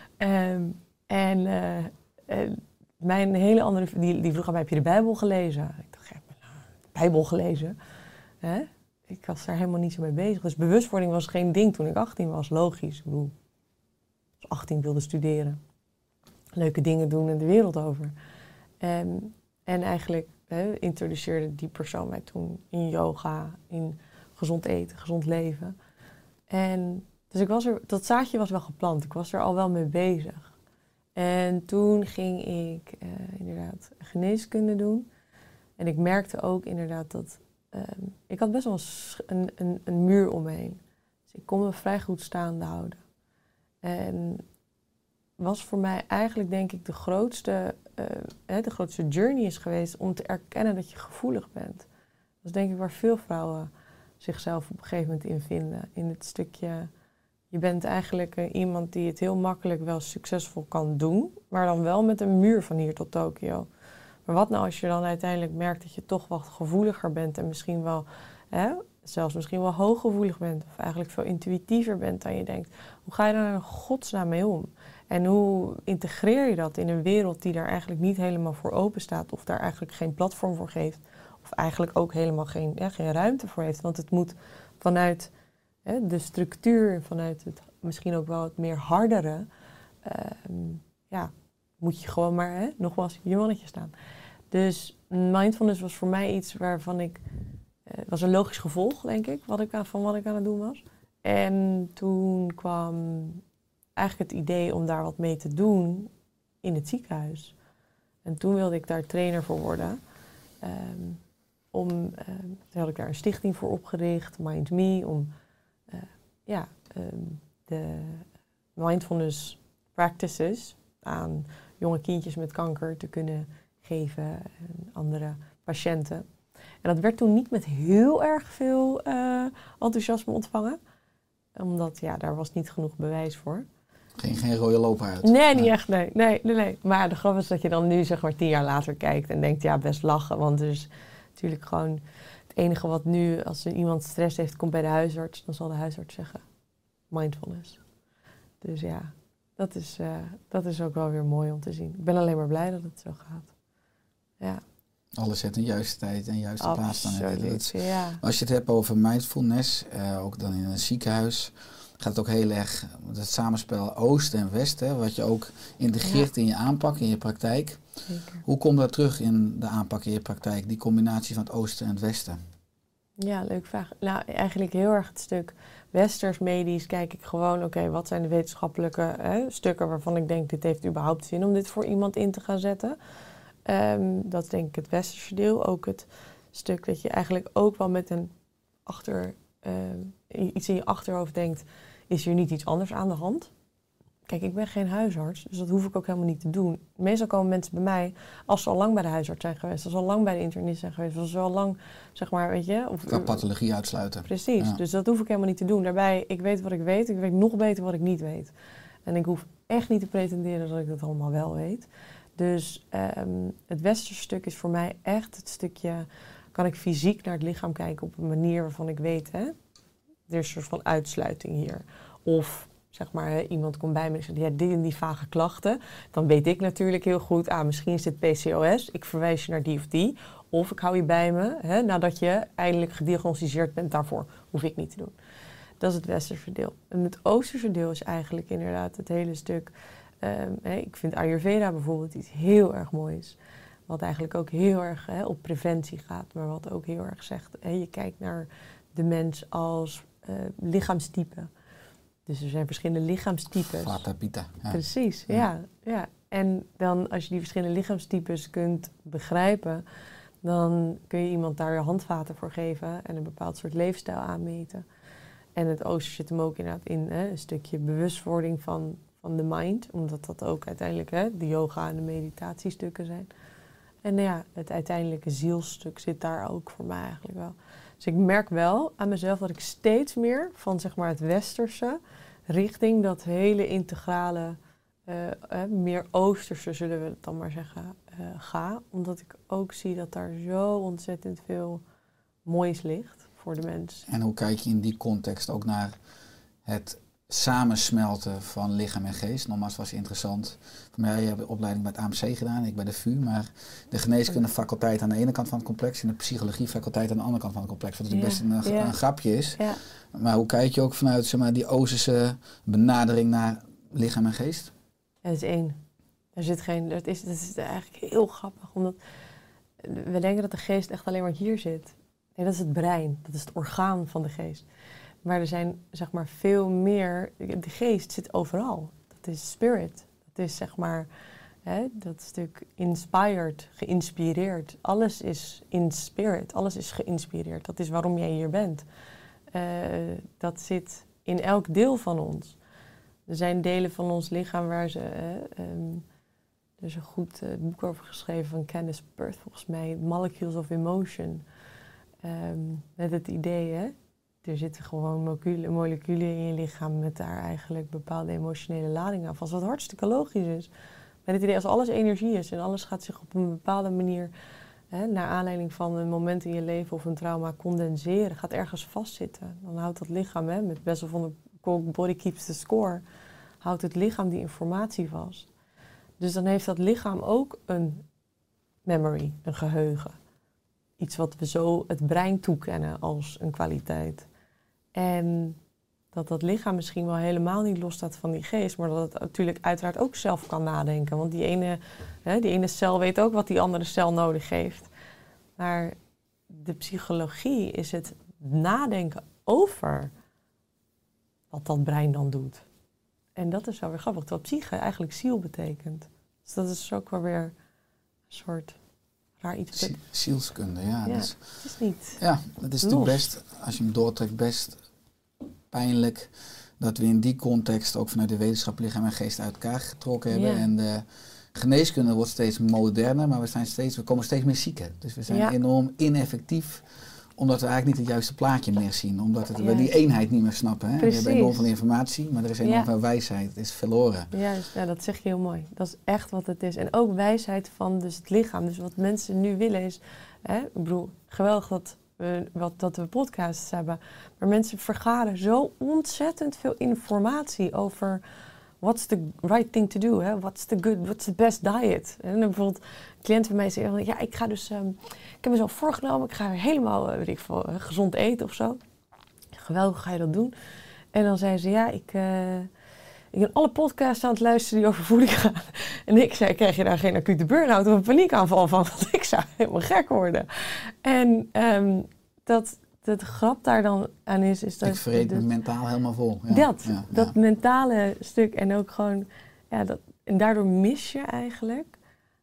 Mijn hele andere... Die vroeg aan mij: heb je de Bijbel gelezen? Ik dacht, de Bijbel gelezen? Hè? Ik was daar helemaal niet zo mee bezig. Dus bewustwording was geen ding toen ik 18 was. Logisch. Ik bedoel, als 18 wilde studeren. Leuke dingen doen en de wereld over. En eigenlijk introduceerde die persoon mij toen in yoga, in gezond eten, gezond leven. En dus dat zaadje was wel geplant. Ik was er al wel mee bezig. En toen ging ik inderdaad geneeskunde doen. En ik merkte ook inderdaad dat... ik had best wel een muur om me heen. Dus ik kon me vrij goed staande houden. En was voor mij eigenlijk denk ik de grootste journey is geweest om te erkennen dat je gevoelig bent. Dat is denk ik waar veel vrouwen zichzelf op een gegeven moment in vinden. In het stukje, je bent eigenlijk iemand die het heel makkelijk wel succesvol kan doen, maar dan wel met een muur van hier tot Tokio. Maar wat nou als je dan uiteindelijk merkt dat je toch wat gevoeliger bent en misschien wel, zelfs misschien wel hooggevoelig bent of eigenlijk veel intuïtiever bent dan je denkt. Hoe ga je daar in godsnaam mee om? En hoe integreer je dat in een wereld die daar eigenlijk niet helemaal voor open staat of daar eigenlijk geen platform voor geeft of eigenlijk ook helemaal geen ruimte voor heeft? Want het moet vanuit de structuur, vanuit het misschien ook wel het meer hardere, moet je gewoon maar nogmaals je mannetje staan. Dus mindfulness was voor mij iets waarvan ik... Het was een logisch gevolg, denk ik, van wat ik aan het doen was. En toen kwam eigenlijk het idee om daar wat mee te doen in het ziekenhuis. En toen wilde ik daar trainer voor worden. Toen had ik daar een stichting voor opgericht, Mind Me, om de mindfulness practices aan jonge kindjes met kanker te kunnen geven en andere patiënten. En dat werd toen niet met heel erg veel enthousiasme ontvangen. Omdat daar was niet genoeg bewijs voor. Geen rode loper uit. Nee, niet echt, nee. Maar de grap is dat je dan nu zeg maar 10 jaar later kijkt en denkt, ja, best lachen. Want er is natuurlijk gewoon het enige wat nu, als er iemand stress heeft, komt bij de huisarts, dan zal de huisarts zeggen, mindfulness. Dus ja, dat is ook wel weer mooi om te zien. Ik ben alleen maar blij dat het zo gaat. Ja. Alles zet een juiste tijd en juiste plaats dan. Ja. Als je het hebt over mindfulness, ook dan in een ziekenhuis, gaat het ook heel erg het samenspel Oost en West, hè, wat je ook integreert in je aanpak, in je praktijk. Zeker. Hoe komt dat terug in de aanpak in je praktijk, die combinatie van het Oosten en het Westen? Ja, leuke vraag. Nou, eigenlijk heel erg het stuk Westers medisch kijk ik gewoon, oké, wat zijn de wetenschappelijke stukken waarvan ik denk, dit heeft überhaupt zin om dit voor iemand in te gaan zetten. Dat is denk ik het Westerse deel. Ook het stuk dat je eigenlijk ook wel met een iets in je achterhoofd denkt, is hier niet iets anders aan de hand? Kijk, ik ben geen huisarts, dus dat hoef ik ook helemaal niet te doen. Meestal komen mensen bij mij als ze al lang bij de huisarts zijn geweest, als ze al lang bij de internist zijn geweest, als ze al lang, zeg maar, weet je... Qua pathologie uitsluiten. Precies, ja. Dus dat hoef ik helemaal niet te doen. Daarbij, ik weet wat ik weet nog beter wat ik niet weet. En ik hoef echt niet te pretenderen dat ik dat allemaal wel weet. Dus het westerse stuk is voor mij echt het stukje, kan ik fysiek naar het lichaam kijken op een manier waarvan ik weet, er is een soort van uitsluiting hier. Of zeg maar, iemand komt bij me en zegt, ja, die en die vage klachten. Dan weet ik natuurlijk heel goed, misschien is dit PCOS, ik verwijs je naar die of die. Of ik hou je bij me, nadat je eindelijk gediagnosticeerd bent daarvoor. Hoef ik niet te doen. Dat is het westerse deel. En het oosterse deel is eigenlijk inderdaad het hele stuk. Ik vind Ayurveda bijvoorbeeld iets heel erg moois. Wat eigenlijk ook heel erg op preventie gaat. Maar wat ook heel erg zegt, je kijkt naar de mens als lichaamstype. Dus er zijn verschillende lichaamstypes. Vata, Pitta. Ja. Precies, ja. En dan als je die verschillende lichaamstypes kunt begrijpen, dan kun je iemand daar handvaten voor geven en een bepaald soort leefstijl aanmeten. En het ooster zit hem ook inderdaad in een stukje bewustwording van de mind, omdat dat ook uiteindelijk de yoga en de meditatiestukken zijn. En ja, het uiteindelijke zielstuk zit daar ook voor mij eigenlijk wel. Dus ik merk wel aan mezelf dat ik steeds meer van zeg maar het westerse richting dat hele integrale, meer oosterse zullen we het dan maar zeggen, ga. Omdat ik ook zie dat daar zo ontzettend veel moois ligt voor de mens. En hoe kijk je in die context ook naar het samensmelten van lichaam en geest? Nogmaals, was interessant. Voor mij, je hebt de opleiding bij het AMC gedaan, ik bij de VU, maar de geneeskundefaculteit aan de ene kant van het complex en de psychologiefaculteit aan de andere kant van het complex, wat natuurlijk best een grapje is. Ja. Maar hoe kijk je ook vanuit zeg maar, die Oosterse benadering naar lichaam en geest? Het is één. Dat is eigenlijk heel grappig, omdat we denken dat de geest echt alleen maar hier zit. Nee, dat is het brein, dat is het orgaan van de geest. Maar er zijn zeg maar veel meer, de geest zit overal. Dat is spirit, dat is zeg maar, dat stuk inspired, geïnspireerd. Alles is in spirit, alles is geïnspireerd. Dat is waarom jij hier bent. Dat zit in elk deel van ons. Er zijn delen van ons lichaam waar ze... er is een goed boek over geschreven van Candice Pert, volgens mij, Molecules of Emotion. Met het idee, er zitten gewoon moleculen in je lichaam met daar eigenlijk bepaalde emotionele lading aan vast, wat hartstikke logisch is. Met het idee, als alles energie is en alles gaat zich op een bepaalde manier, naar aanleiding van een moment in je leven of een trauma condenseren, gaat ergens vastzitten. Dan houdt dat lichaam, met Bessel van der Kolk, Body Keeps the Score, houdt het lichaam die informatie vast. Dus dan heeft dat lichaam ook een memory, een geheugen. Iets wat we zo het brein toekennen als een kwaliteit. En dat lichaam misschien wel helemaal niet losstaat van die geest, maar dat het natuurlijk uiteraard ook zelf kan nadenken. Want die ene cel weet ook wat die andere cel nodig heeft. Maar de psychologie is het nadenken over wat dat brein dan doet. En dat is wel weer grappig, terwijl psyche eigenlijk ziel betekent. Dus dat is ook wel weer een soort raar iets. Zielskunde, ja. Ja, het is niet. Ja, het is natuurlijk best, als je hem doortrekt, best pijnlijk dat we in die context ook vanuit de wetenschap lichaam en geest uit elkaar getrokken hebben. Ja. En de geneeskunde wordt steeds moderner, maar we komen steeds meer zieken. Dus we zijn enorm ineffectief Omdat we eigenlijk niet het juiste plaatje meer zien. Omdat we die eenheid niet meer snappen. Hè? We hebben enorm veel informatie, maar er is enorm veel wijsheid. Het is verloren. Juist, ja, dat zeg je heel mooi. Dat is echt wat het is. En ook wijsheid van dus het lichaam. Dus wat mensen nu willen is... Ik bedoel, geweldig dat we podcasts hebben. Maar mensen vergaren zo ontzettend veel informatie over... What's the right thing to do? Hè? What's the best diet? En bijvoorbeeld een cliënt van mij zei... Ja, ik ga dus... ik heb mezelf voorgenomen. Ik ga helemaal gezond eten of zo. Geweldig, hoe ga je dat doen? En dan zei ze... Ja, ik ben alle podcasts aan het luisteren die over voeding gaan. En ik zei... Krijg je daar geen acute burn-out of een paniekaanval van? Want ik zou helemaal gek worden. En het grap daar dan aan is dat... Ik vreet me mentaal helemaal vol. Ja. Dat mentale stuk en ook gewoon... Ja, en daardoor mis je eigenlijk...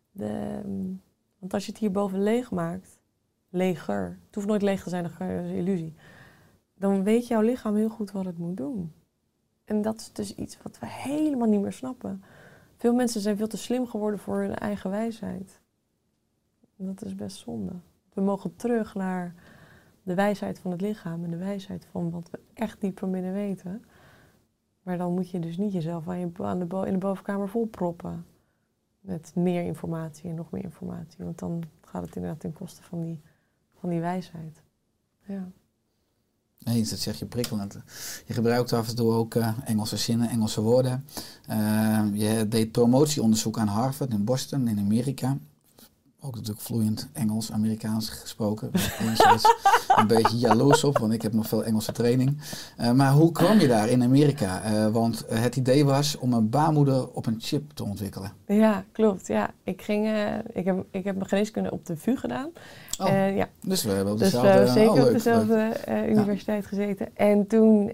want als je het hierboven leeg maakt... Leger. Het hoeft nooit leeg te zijn, dat is een illusie. Dan weet jouw lichaam heel goed wat het moet doen. En dat is dus iets wat we helemaal niet meer snappen. Veel mensen zijn veel te slim geworden voor hun eigen wijsheid. En dat is best zonde. We mogen terug naar... de wijsheid van het lichaam en de wijsheid van wat we echt diep van binnen weten. Maar dan moet je dus niet jezelf in de bovenkamer volproppen. Met meer informatie en nog meer informatie. Want dan gaat het inderdaad ten koste van die wijsheid. Ja. Nee, dat zeg je prikkelend. Je gebruikt af en toe ook Engelse zinnen, Engelse woorden. Je deed promotieonderzoek aan Harvard in Boston in Amerika. Ook natuurlijk vloeiend Engels, Amerikaans gesproken. Een beetje jaloers op, want ik heb nog veel Engelse training. Maar hoe kwam je daar in Amerika? Want het idee was om een baarmoeder op een chip te ontwikkelen. Ja, klopt. Ja. Ik heb mijn geneeskunde op de VU gedaan. Ja. Dus we hebben op dezelfde, we hebben zeker op dezelfde universiteit gezeten. En toen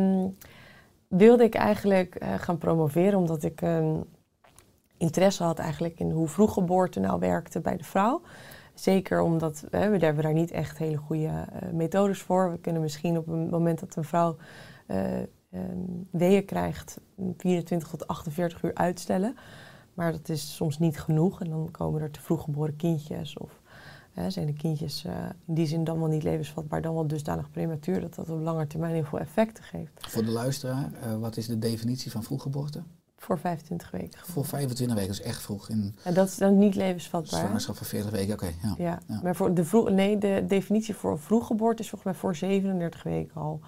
wilde ik eigenlijk gaan promoveren, omdat ik... interesse had eigenlijk in hoe vroeggeboorte nou werkte bij de vrouw. Zeker omdat we hebben daar niet echt hele goede methodes voor. We kunnen misschien op het moment dat een vrouw weeën krijgt 24 tot 48 uur uitstellen. Maar dat is soms niet genoeg. En dan komen er te vroeg geboren kindjes. Of zijn de kindjes in die zin dan wel niet levensvatbaar, dan wel dusdanig prematuur dat op lange termijn heel veel effecten geeft. Voor de luisteraar, wat is de definitie van vroeggeboorte? Voor 25 weken. Voor 25 weken, dus echt vroeg. En dat is dan niet levensvatbaar. Zwangerschap van 40 weken, oké. Ja. Maar voor de definitie voor vroeggeboorte is volgens mij voor 37 weken al.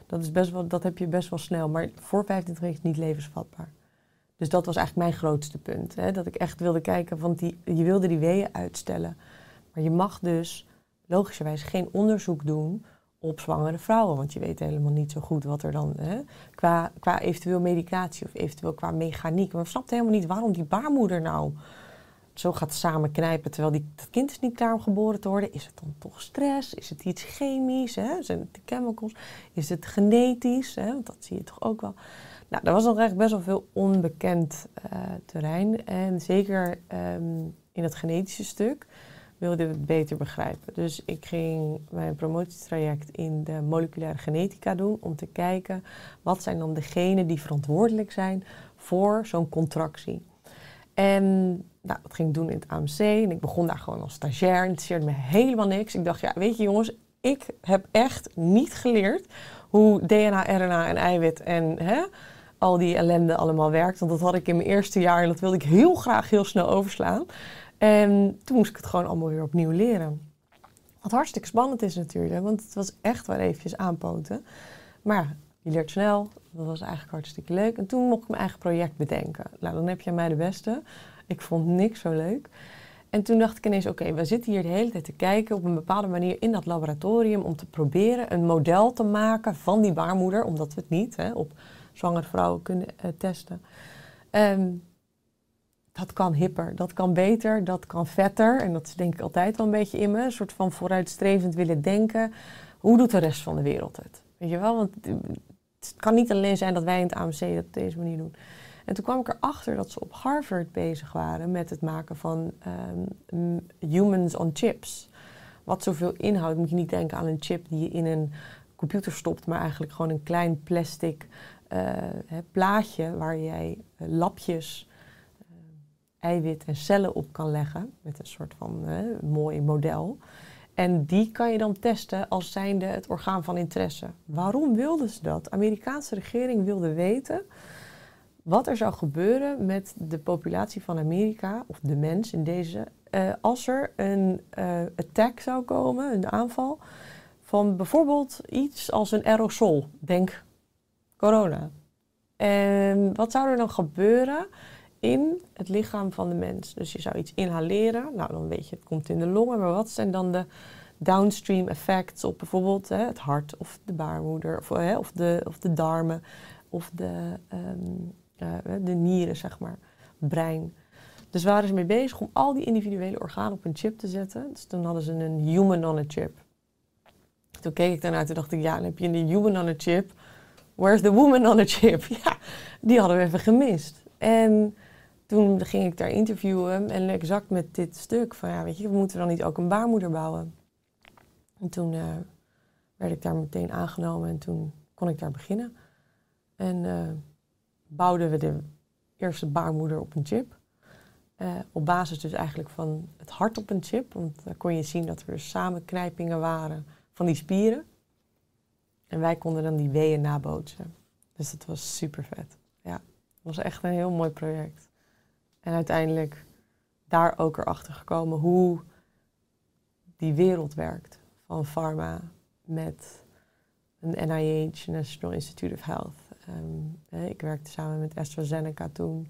Dat heb je best wel snel. Maar voor 25 weken is het niet levensvatbaar. Dus dat was eigenlijk mijn grootste punt. Hè? Dat ik echt wilde kijken, want je wilde die weeën uitstellen. Maar je mag dus logischerwijs geen onderzoek doen op zwangere vrouwen. Want je weet helemaal niet zo goed wat er dan... qua eventueel medicatie of eventueel qua mechaniek. Maar we snapten helemaal niet waarom die baarmoeder nou zo gaat samenknijpen, terwijl dat kind is niet klaar om geboren te worden. Is het dan toch stress? Is het iets chemisch? Hè? Zijn het de chemicals? Is het genetisch? Hè? Want dat zie je toch ook wel. Nou, er was nog echt best wel veel onbekend terrein. En zeker in het genetische stuk wilde ik het beter begrijpen. Dus ik ging mijn promotietraject in de moleculaire genetica doen om te kijken wat zijn dan de genen die verantwoordelijk zijn voor zo'n contractie. En dat ging ik doen in het AMC en ik begon daar gewoon als stagiair. Het interesseerde me helemaal niks. Ik dacht, ja, weet je jongens, ik heb echt niet geleerd hoe DNA, RNA en eiwit en al die ellende allemaal werkt. Want dat had ik in mijn eerste jaar en dat wilde ik heel graag heel snel overslaan. En toen moest ik het gewoon allemaal weer opnieuw leren. Wat hartstikke spannend is natuurlijk, want het was echt wel eventjes aanpoten. Maar ja, je leert snel, dat was eigenlijk hartstikke leuk. En toen mocht ik mijn eigen project bedenken. Nou, dan heb je aan mij de beste. Ik vond niks zo leuk. En toen dacht ik ineens, oké, we zitten hier de hele tijd te kijken op een bepaalde manier in dat laboratorium om te proberen een model te maken van die baarmoeder, omdat we het niet op zwangere vrouwen kunnen testen. Dat kan hipper, dat kan beter, dat kan vetter. En dat is denk ik altijd wel een beetje in me. Een soort van vooruitstrevend willen denken. Hoe doet de rest van de wereld het? Weet je wel, want het kan niet alleen zijn dat wij in het AMC dat op deze manier doen. En toen kwam ik erachter dat ze op Harvard bezig waren met het maken van humans on chips. Wat zoveel inhoudt, moet je niet denken aan een chip die je in een computer stopt, maar eigenlijk gewoon een klein plastic plaatje waar jij lapjes, eiwit en cellen op kan leggen met een soort van mooi model. En die kan je dan testen als zijnde het orgaan van interesse. Waarom wilden ze dat? De Amerikaanse regering wilde weten wat er zou gebeuren met de populatie van Amerika, of de mens in deze, als er een attack zou komen, een aanval, van bijvoorbeeld iets als een aerosol. Denk corona. En wat zou er dan gebeuren in het lichaam van de mens? Dus je zou iets inhaleren, nou dan weet je het komt in de longen, maar wat zijn dan de downstream effects op bijvoorbeeld het hart of de baarmoeder of de darmen of de nieren, zeg maar, brein. Dus waren ze mee bezig om al die individuele organen op een chip te zetten. Dus toen hadden ze een human on a chip. Toen keek ik daarnaar en dacht ik, ja, dan heb je een human on a chip. Where's the woman on a chip? Ja, die hadden we even gemist. En toen ging ik daar interviewen en exact met dit stuk van, ja, weet je, moeten we dan niet ook een baarmoeder bouwen? En toen werd ik daar meteen aangenomen en toen kon ik daar beginnen. En bouwden we de eerste baarmoeder op een chip. Op basis dus eigenlijk van het hart op een chip. Want daar kon je zien dat er dus samenknijpingen waren van die spieren. En wij konden dan die weeën nabootsen. Dus dat was super vet. Ja, het was echt een heel mooi project. En uiteindelijk daar ook erachter gekomen hoe die wereld werkt. Van pharma met een NIH, National Institute of Health. Ik werkte samen met AstraZeneca toen.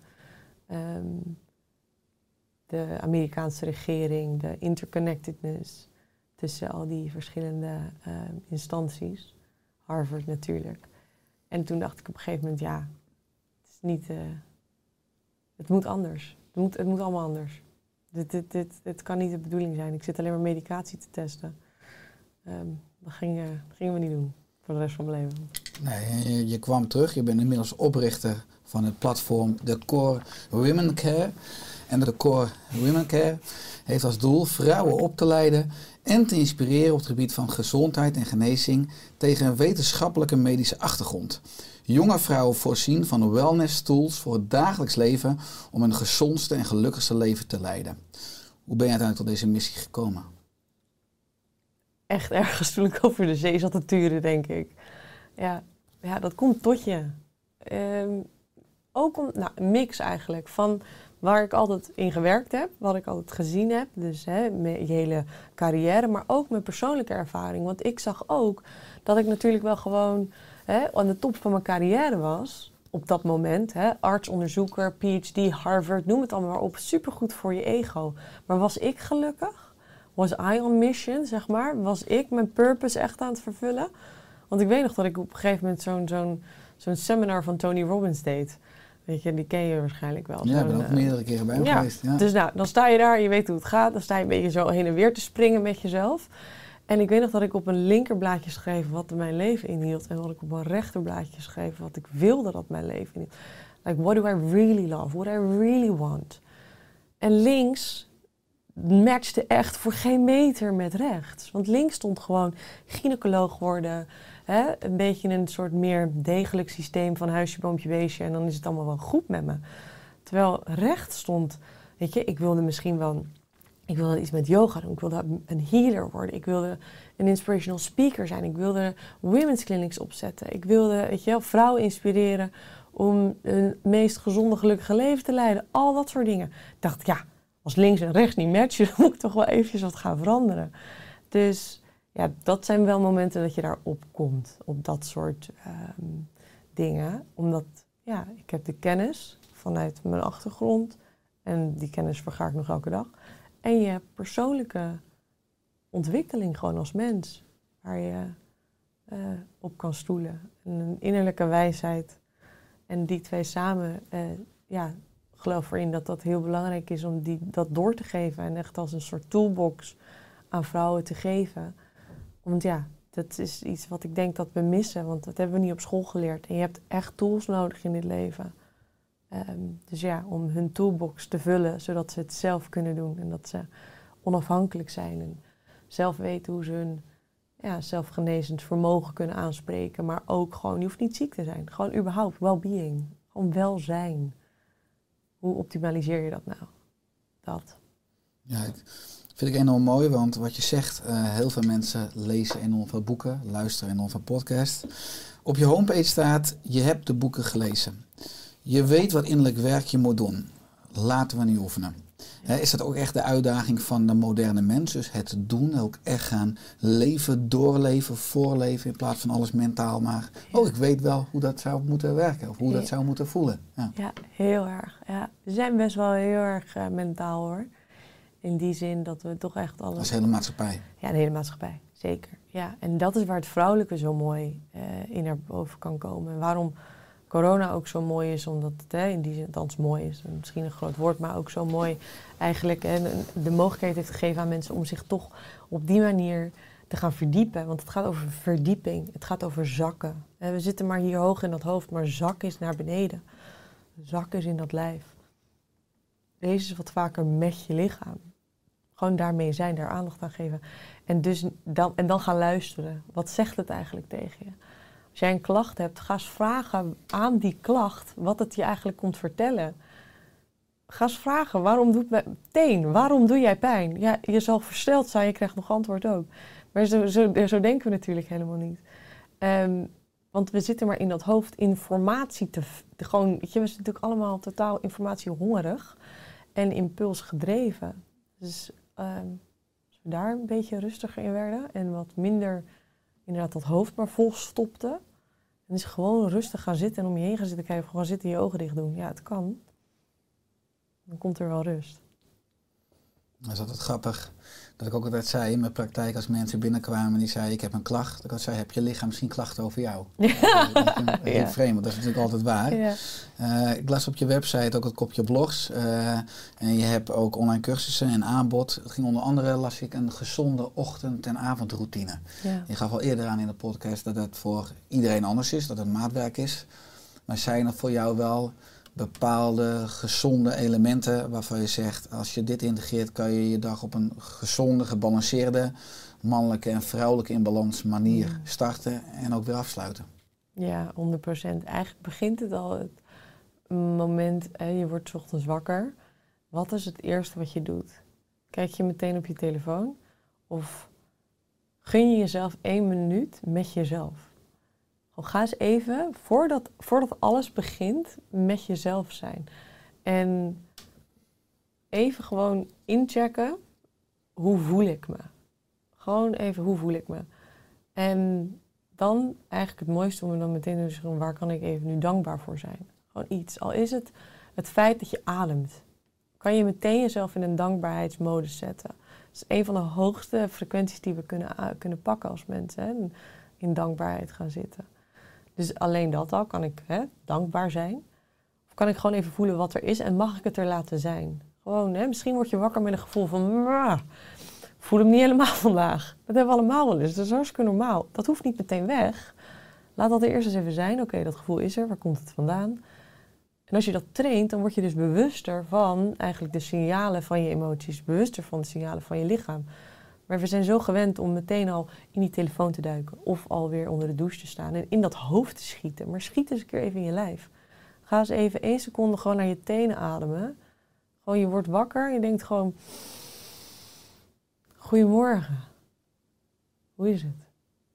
De Amerikaanse regering, de interconnectedness tussen al die verschillende instanties. Harvard natuurlijk. En toen dacht ik op een gegeven moment, ja, het is niet, het moet anders. Het moet allemaal anders. Dit kan niet de bedoeling zijn. Ik zit alleen maar medicatie te testen. Dat gingen we niet doen voor de rest van mijn leven. Nee, je kwam terug. Je bent inmiddels oprichter van het platform The Core Women Care. En de Core Women Care heeft als doel vrouwen op te leiden en te inspireren op het gebied van gezondheid en genezing tegen een wetenschappelijke medische achtergrond. Jonge vrouwen voorzien van wellness tools voor het dagelijks leven om een gezondste en gelukkigste leven te leiden. Hoe ben je uiteindelijk tot deze missie gekomen? Echt ergens toen ik over de zee zat te turen, denk ik. Ja, dat komt tot je. Ook een mix eigenlijk van waar ik altijd in gewerkt heb, wat ik altijd gezien heb. Dus je hele carrière, maar ook mijn persoonlijke ervaring. Want ik zag ook dat ik natuurlijk wel gewoon aan de top van mijn carrière was. Op dat moment, arts, onderzoeker, PhD, Harvard, noem het allemaal maar op. Supergoed voor je ego. Maar was ik gelukkig? Was I on mission, zeg maar? Was ik mijn purpose echt aan het vervullen? Want ik weet nog dat ik op een gegeven moment zo'n seminar van Tony Robbins deed. Weet je, die ken je waarschijnlijk wel. Ja, ik ben ook meerdere keren bij hem geweest. Ja. Dus dan sta je daar, je weet hoe het gaat. Dan sta je een beetje zo heen en weer te springen met jezelf. En ik weet nog dat ik op een linkerblaadje schreef wat mijn leven inhield. En dat ik op een rechterblaadje schreef wat ik wilde dat mijn leven inhield. Like, what do I really love? What I really want? En links matchte echt voor geen meter met rechts. Want links stond gewoon gynaecoloog worden. Een beetje een soort meer degelijk systeem van huisje, boompje, beestje. En dan is het allemaal wel goed met me. Terwijl rechts stond, weet je, ik wilde iets met yoga doen. Ik wilde een healer worden. Ik wilde een inspirational speaker zijn. Ik wilde women's clinics opzetten. Ik wilde, weet je wel, vrouwen inspireren om een meest gezonde, gelukkige leven te leiden. Al dat soort dingen. Ik dacht, ja, als links en rechts niet matchen, dan moet ik toch wel eventjes wat gaan veranderen. Dus ja, dat zijn wel momenten dat je daarop komt. Op dat soort dingen. Omdat, ja, ik heb de kennis vanuit mijn achtergrond. En die kennis vergaar ik nog elke dag. En je hebt persoonlijke ontwikkeling gewoon als mens. Waar je op kan stoelen. En een innerlijke wijsheid. En die twee samen, ik geloof erin dat dat heel belangrijk is om dat door te geven. En echt als een soort toolbox aan vrouwen te geven. Want ja, dat is iets wat ik denk dat we missen. Want dat hebben we niet op school geleerd. En je hebt echt tools nodig in dit leven. Dus ja, om hun toolbox te vullen, zodat ze het zelf kunnen doen. En dat ze onafhankelijk zijn. En zelf weten hoe ze hun zelfgenezend vermogen kunnen aanspreken. Maar ook gewoon, je hoeft niet ziek te zijn. Gewoon überhaupt, well-being. Gewoon welzijn. Hoe optimaliseer je dat nou? Dat. Ja, Vind ik enorm mooi, want wat je zegt, heel veel mensen lezen enorm veel boeken, luisteren enorm veel podcasts. Op je homepage staat, je hebt de boeken gelezen. Je weet wat innerlijk werk je moet doen. Laten we nu oefenen. Is dat ook echt de uitdaging van de moderne mens? Dus het doen, ook echt gaan leven, doorleven, voorleven in plaats van alles mentaal. Maar ik weet wel hoe dat zou moeten werken of hoe dat zou moeten voelen. Ja, heel erg. Ja. We zijn best wel heel erg mentaal hoor. In die zin dat we toch echt alles... Dat is de hele maatschappij. Ja, de hele maatschappij, zeker. Ja. En dat is waar het vrouwelijke zo mooi in naar boven kan komen. En waarom corona ook zo mooi is, omdat het in die zin althans mooi is. Misschien een groot woord, maar ook zo mooi eigenlijk de mogelijkheid heeft gegeven aan mensen om zich toch op die manier te gaan verdiepen. Want het gaat over verdieping, het gaat over zakken. We zitten maar hier hoog in dat hoofd, maar zak is naar beneden. Zak is in dat lijf. Deze is wat vaker met je lichaam. Gewoon daarmee zijn, daar aandacht aan geven. En dan gaan luisteren. Wat zegt het eigenlijk tegen je? Als jij een klacht hebt, ga eens vragen aan die klacht wat het je eigenlijk komt vertellen. Ga eens vragen, waarom doe jij pijn? Ja, je zal versteld zijn, je krijgt nog antwoord ook. Maar zo denken we natuurlijk helemaal niet. Want we zitten maar in dat hoofd informatie we zijn natuurlijk allemaal totaal informatiehongerig en impulsgedreven. Dus als we daar een beetje rustiger in werden en wat minder inderdaad dat hoofd maar vol stopte. En dus gewoon rustig gaan zitten en om je heen gaan zitten kijken. Gewoon zitten en je ogen dicht doen. Ja, het kan. Dan komt er wel rust. Dat is altijd grappig. Dat ik ook altijd zei in mijn praktijk als mensen binnenkwamen die zeiden ik heb een klacht. Dat ik altijd zei, heb je lichaam misschien klachten over jou? Ja. Dat is vreemd, want dat is natuurlijk altijd waar. Ja. Ik las op je website ook het kopje blogs. En je hebt ook online cursussen en aanbod. Het ging onder andere, las ik, een gezonde ochtend- en avondroutine. Ja. Je gaf al eerder aan in de podcast dat het voor iedereen anders is, dat het maatwerk is. Maar zijn er voor jou wel bepaalde gezonde elementen waarvan je zegt, als je dit integreert, kan je je dag op een gezonde, gebalanceerde, mannelijke en vrouwelijke in balans manier starten en ook weer afsluiten? Ja, 100%. Eigenlijk begint het al het moment, je wordt 's ochtends wakker. Wat is het eerste wat je doet? Kijk je meteen op je telefoon? Of gun je jezelf 1 minuut met jezelf? Ga eens even, voordat alles begint, met jezelf zijn. En even gewoon inchecken, hoe voel ik me? Gewoon even, hoe voel ik me? En dan eigenlijk het mooiste om er dan meteen te zeggen, waar kan ik even nu dankbaar voor zijn? Gewoon iets. Al is het het feit dat je ademt. Kan je meteen jezelf in een dankbaarheidsmodus zetten. Dat is een van de hoogste frequenties die we kunnen pakken als mensen. Hè? In dankbaarheid gaan zitten. Dus alleen dat al, kan ik dankbaar zijn. Of kan ik gewoon even voelen wat er is en mag ik het er laten zijn? Gewoon, misschien word je wakker met een gevoel van, voel hem niet helemaal vandaag. Dat hebben we allemaal wel eens, dat is hartstikke normaal. Dat hoeft niet meteen weg. Laat dat er eerst eens even zijn. Oké, dat gevoel is er, waar komt het vandaan? En als je dat traint, dan word je dus bewuster van eigenlijk de signalen van je emoties. Bewuster van de signalen van je lichaam. Maar we zijn zo gewend om meteen al in die telefoon te duiken. Of alweer onder de douche te staan en in dat hoofd te schieten. Maar schiet eens een keer even in je lijf. Ga eens even 1 seconde gewoon naar je tenen ademen. Gewoon, je wordt wakker en je denkt gewoon, goedemorgen. Hoe is het?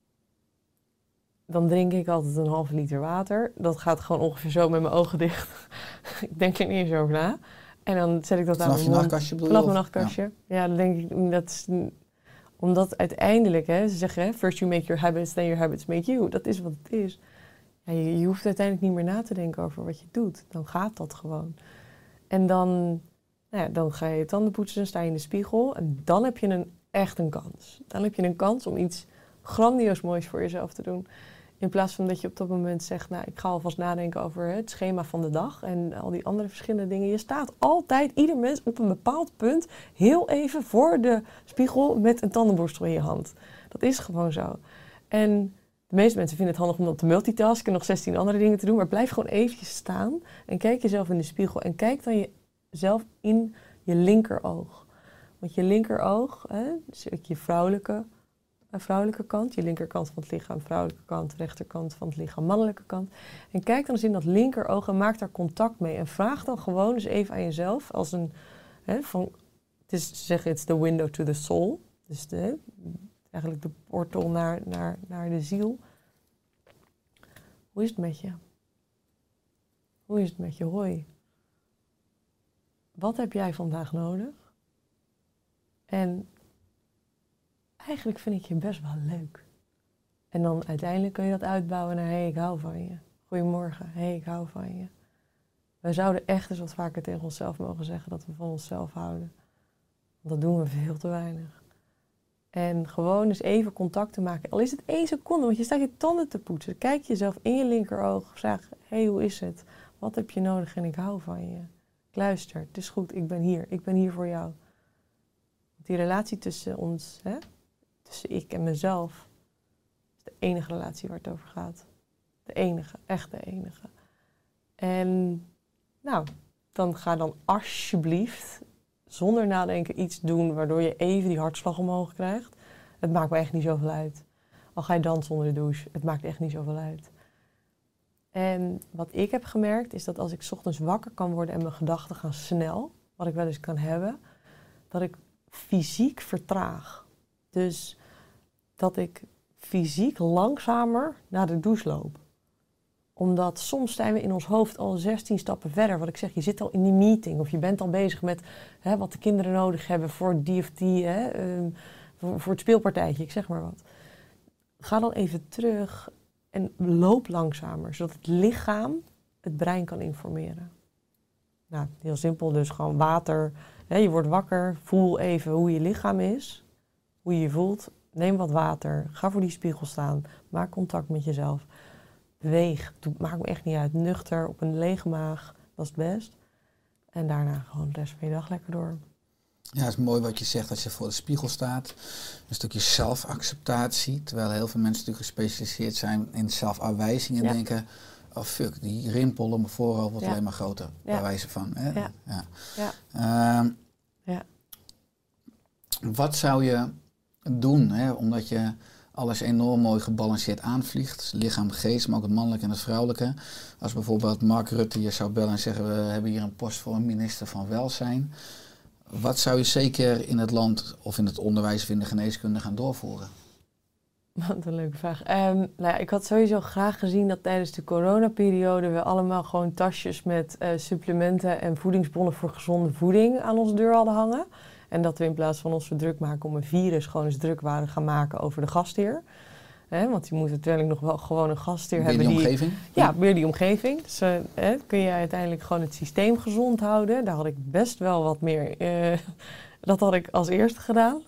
Dan drink ik altijd 1,5 liter water. Dat gaat gewoon ongeveer zo met mijn ogen dicht. Ik denk er niet eens over na. En dan zet ik dat aan mijn mond. Vanaf mijn nachtkastje. Ja, dan denk ik, dat is, omdat uiteindelijk, ze zeggen, first you make your habits, then your habits make you. Dat is wat het is. Ja, je hoeft uiteindelijk niet meer na te denken over wat je doet. Dan gaat dat gewoon. En dan ga je tanden poetsen, sta je in de spiegel. En dan heb je echt een kans. Dan heb je een kans om iets grandioos moois voor jezelf te doen. In plaats van dat je op dat moment zegt, ik ga alvast nadenken over het schema van de dag en al die andere verschillende dingen. Je staat altijd, ieder mens op een bepaald punt, heel even voor de spiegel met een tandenborstel in je hand. Dat is gewoon zo. En de meeste mensen vinden het handig om dan te multitasken en nog 16 andere dingen te doen, maar blijf gewoon eventjes staan en kijk jezelf in de spiegel en kijk dan jezelf in je linkeroog. Want je linkeroog, dus je vrouwelijke kant, je linkerkant van het lichaam, vrouwelijke kant, rechterkant van het lichaam, mannelijke kant. En kijk dan eens in dat linkeroog en maak daar contact mee. En vraag dan gewoon eens even aan jezelf, Het is, ze zeggen, it's the window to the soul. Dus eigenlijk de portal naar de ziel. Hoe is het met je? Hoe is het met je? Hoi. Wat heb jij vandaag nodig? En eigenlijk vind ik je best wel leuk. En dan uiteindelijk kun je dat uitbouwen naar, hey, ik hou van je. Goedemorgen, hey, ik hou van je. We zouden echt eens wat vaker tegen onszelf mogen zeggen dat we van onszelf houden. Want dat doen we veel te weinig. En gewoon eens even contact te maken. Al is het 1 seconde, want je staat je tanden te poetsen. Kijk jezelf in je linkeroog. Zeg, hey, hoe is het? Wat heb je nodig en ik hou van je. Ik luister, het is goed, ik ben hier. Ik ben hier voor jou. Die relatie tussen ons, tussen ik en mezelf, is de enige relatie waar het over gaat. De enige, echt de enige. En nou, dan ga dan alsjeblieft zonder nadenken iets doen waardoor je even die hartslag omhoog krijgt. Het maakt me echt niet zoveel uit. Al ga je dansen onder de douche, het maakt echt niet zoveel uit. En wat ik heb gemerkt is dat als ik 's ochtends wakker kan worden en mijn gedachten gaan snel, wat ik wel eens kan hebben, dat ik fysiek vertraag. Dus dat ik fysiek langzamer naar de douche loop. Omdat soms zijn we in ons hoofd al 16 stappen verder. Wat ik zeg, je zit al in die meeting. Of je bent al bezig met wat de kinderen nodig hebben voor die of die. Voor het speelpartijtje, ik zeg maar wat. Ga dan even terug en loop langzamer. Zodat het lichaam het brein kan informeren. Nou, heel simpel dus. Gewoon water. Je wordt wakker. Voel even hoe je lichaam is. Hoe je je voelt. Neem wat water. Ga voor die spiegel staan. Maak contact met jezelf. Beweeg, maakt me echt niet uit. Nuchter, op een lege maag, dat is het best. En daarna gewoon de rest van je dag lekker door. Ja, het is mooi wat je zegt als je voor de spiegel staat. Een stukje zelfacceptatie. Terwijl heel veel mensen natuurlijk gespecialiseerd zijn in zelfafwijzing. En denken, oh fuck, die rimpel op mijn voorhoofd wordt alleen maar groter. Bij wijze van. Hè? Ja. Wat zou je doen, omdat je alles enorm mooi gebalanceerd aanvliegt. Lichaam, geest, maar ook het mannelijke en het vrouwelijke. Als bijvoorbeeld Mark Rutte je zou bellen en zeggen, we hebben hier een post voor een minister van Welzijn. Wat zou je zeker in het land of in het onderwijs of in de geneeskunde gaan doorvoeren? Wat een leuke vraag. Ik had sowieso graag gezien dat tijdens de coronaperiode we allemaal gewoon tasjes met supplementen en voedingsbonnen voor gezonde voeding aan onze deur hadden hangen. En dat we in plaats van ons zo druk maken om een virus gewoon eens druk waren gaan maken over de gastheer. Want je moet uiteindelijk nog wel gewoon een gastheer hebben. Die omgeving? Ja, meer die omgeving. Dus kun je uiteindelijk gewoon het systeem gezond houden. Daar had ik best wel wat meer. Dat had ik als eerste gedaan.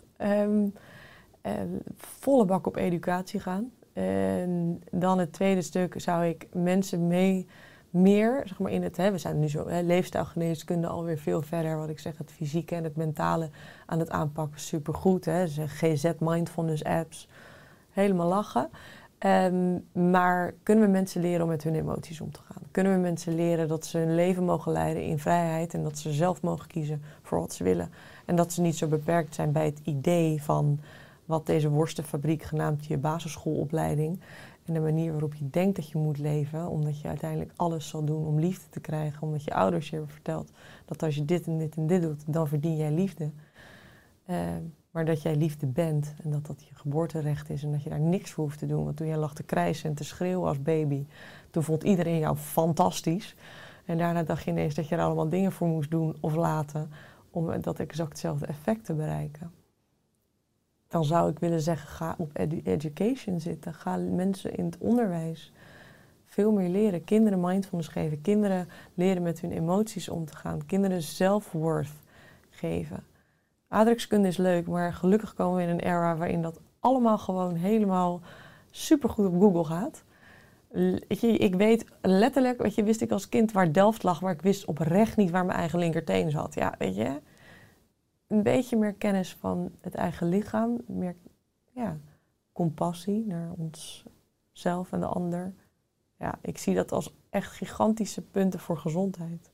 Volle bak op educatie gaan. En dan het tweede stuk zou ik mensen meer, zeg maar in het, we zijn nu zo, leefstijlgeneeskunde alweer veel verder. Wat ik zeg, het fysieke en het mentale aan het aanpakken, supergoed. GZ Mindfulness apps, helemaal lachen. Maar kunnen we mensen leren om met hun emoties om te gaan? Kunnen we mensen leren dat ze hun leven mogen leiden in vrijheid en dat ze zelf mogen kiezen voor wat ze willen? En dat ze niet zo beperkt zijn bij het idee van wat deze worstenfabriek genaamd je basisschoolopleiding en de manier waarop je denkt dat je moet leven, omdat je uiteindelijk alles zal doen om liefde te krijgen, omdat je ouders je hebben verteld dat als je dit en dit en dit doet, dan verdien jij liefde. Maar dat jij liefde bent en dat dat je geboorterecht is en dat je daar niks voor hoeft te doen. Want toen jij lag te krijsen en te schreeuwen als baby, toen vond iedereen jou fantastisch. En daarna dacht je ineens dat je er allemaal dingen voor moest doen of laten om dat exactzelfde effect te bereiken. Dan zou ik willen zeggen, ga op education zitten. Ga mensen in het onderwijs veel meer leren. Kinderen mindfulness geven. Kinderen leren met hun emoties om te gaan. Kinderen self-worth geven. Aardrijkskunde is leuk, maar gelukkig komen we in een era waarin dat allemaal gewoon helemaal supergoed op Google gaat. Ik weet letterlijk, wist ik als kind waar Delft lag, maar ik wist oprecht niet waar mijn eigen linkerteen zat. Ja, weet je, een beetje meer kennis van het eigen lichaam, meer compassie naar onszelf en de ander. Ja, ik zie dat als echt gigantische punten voor gezondheid.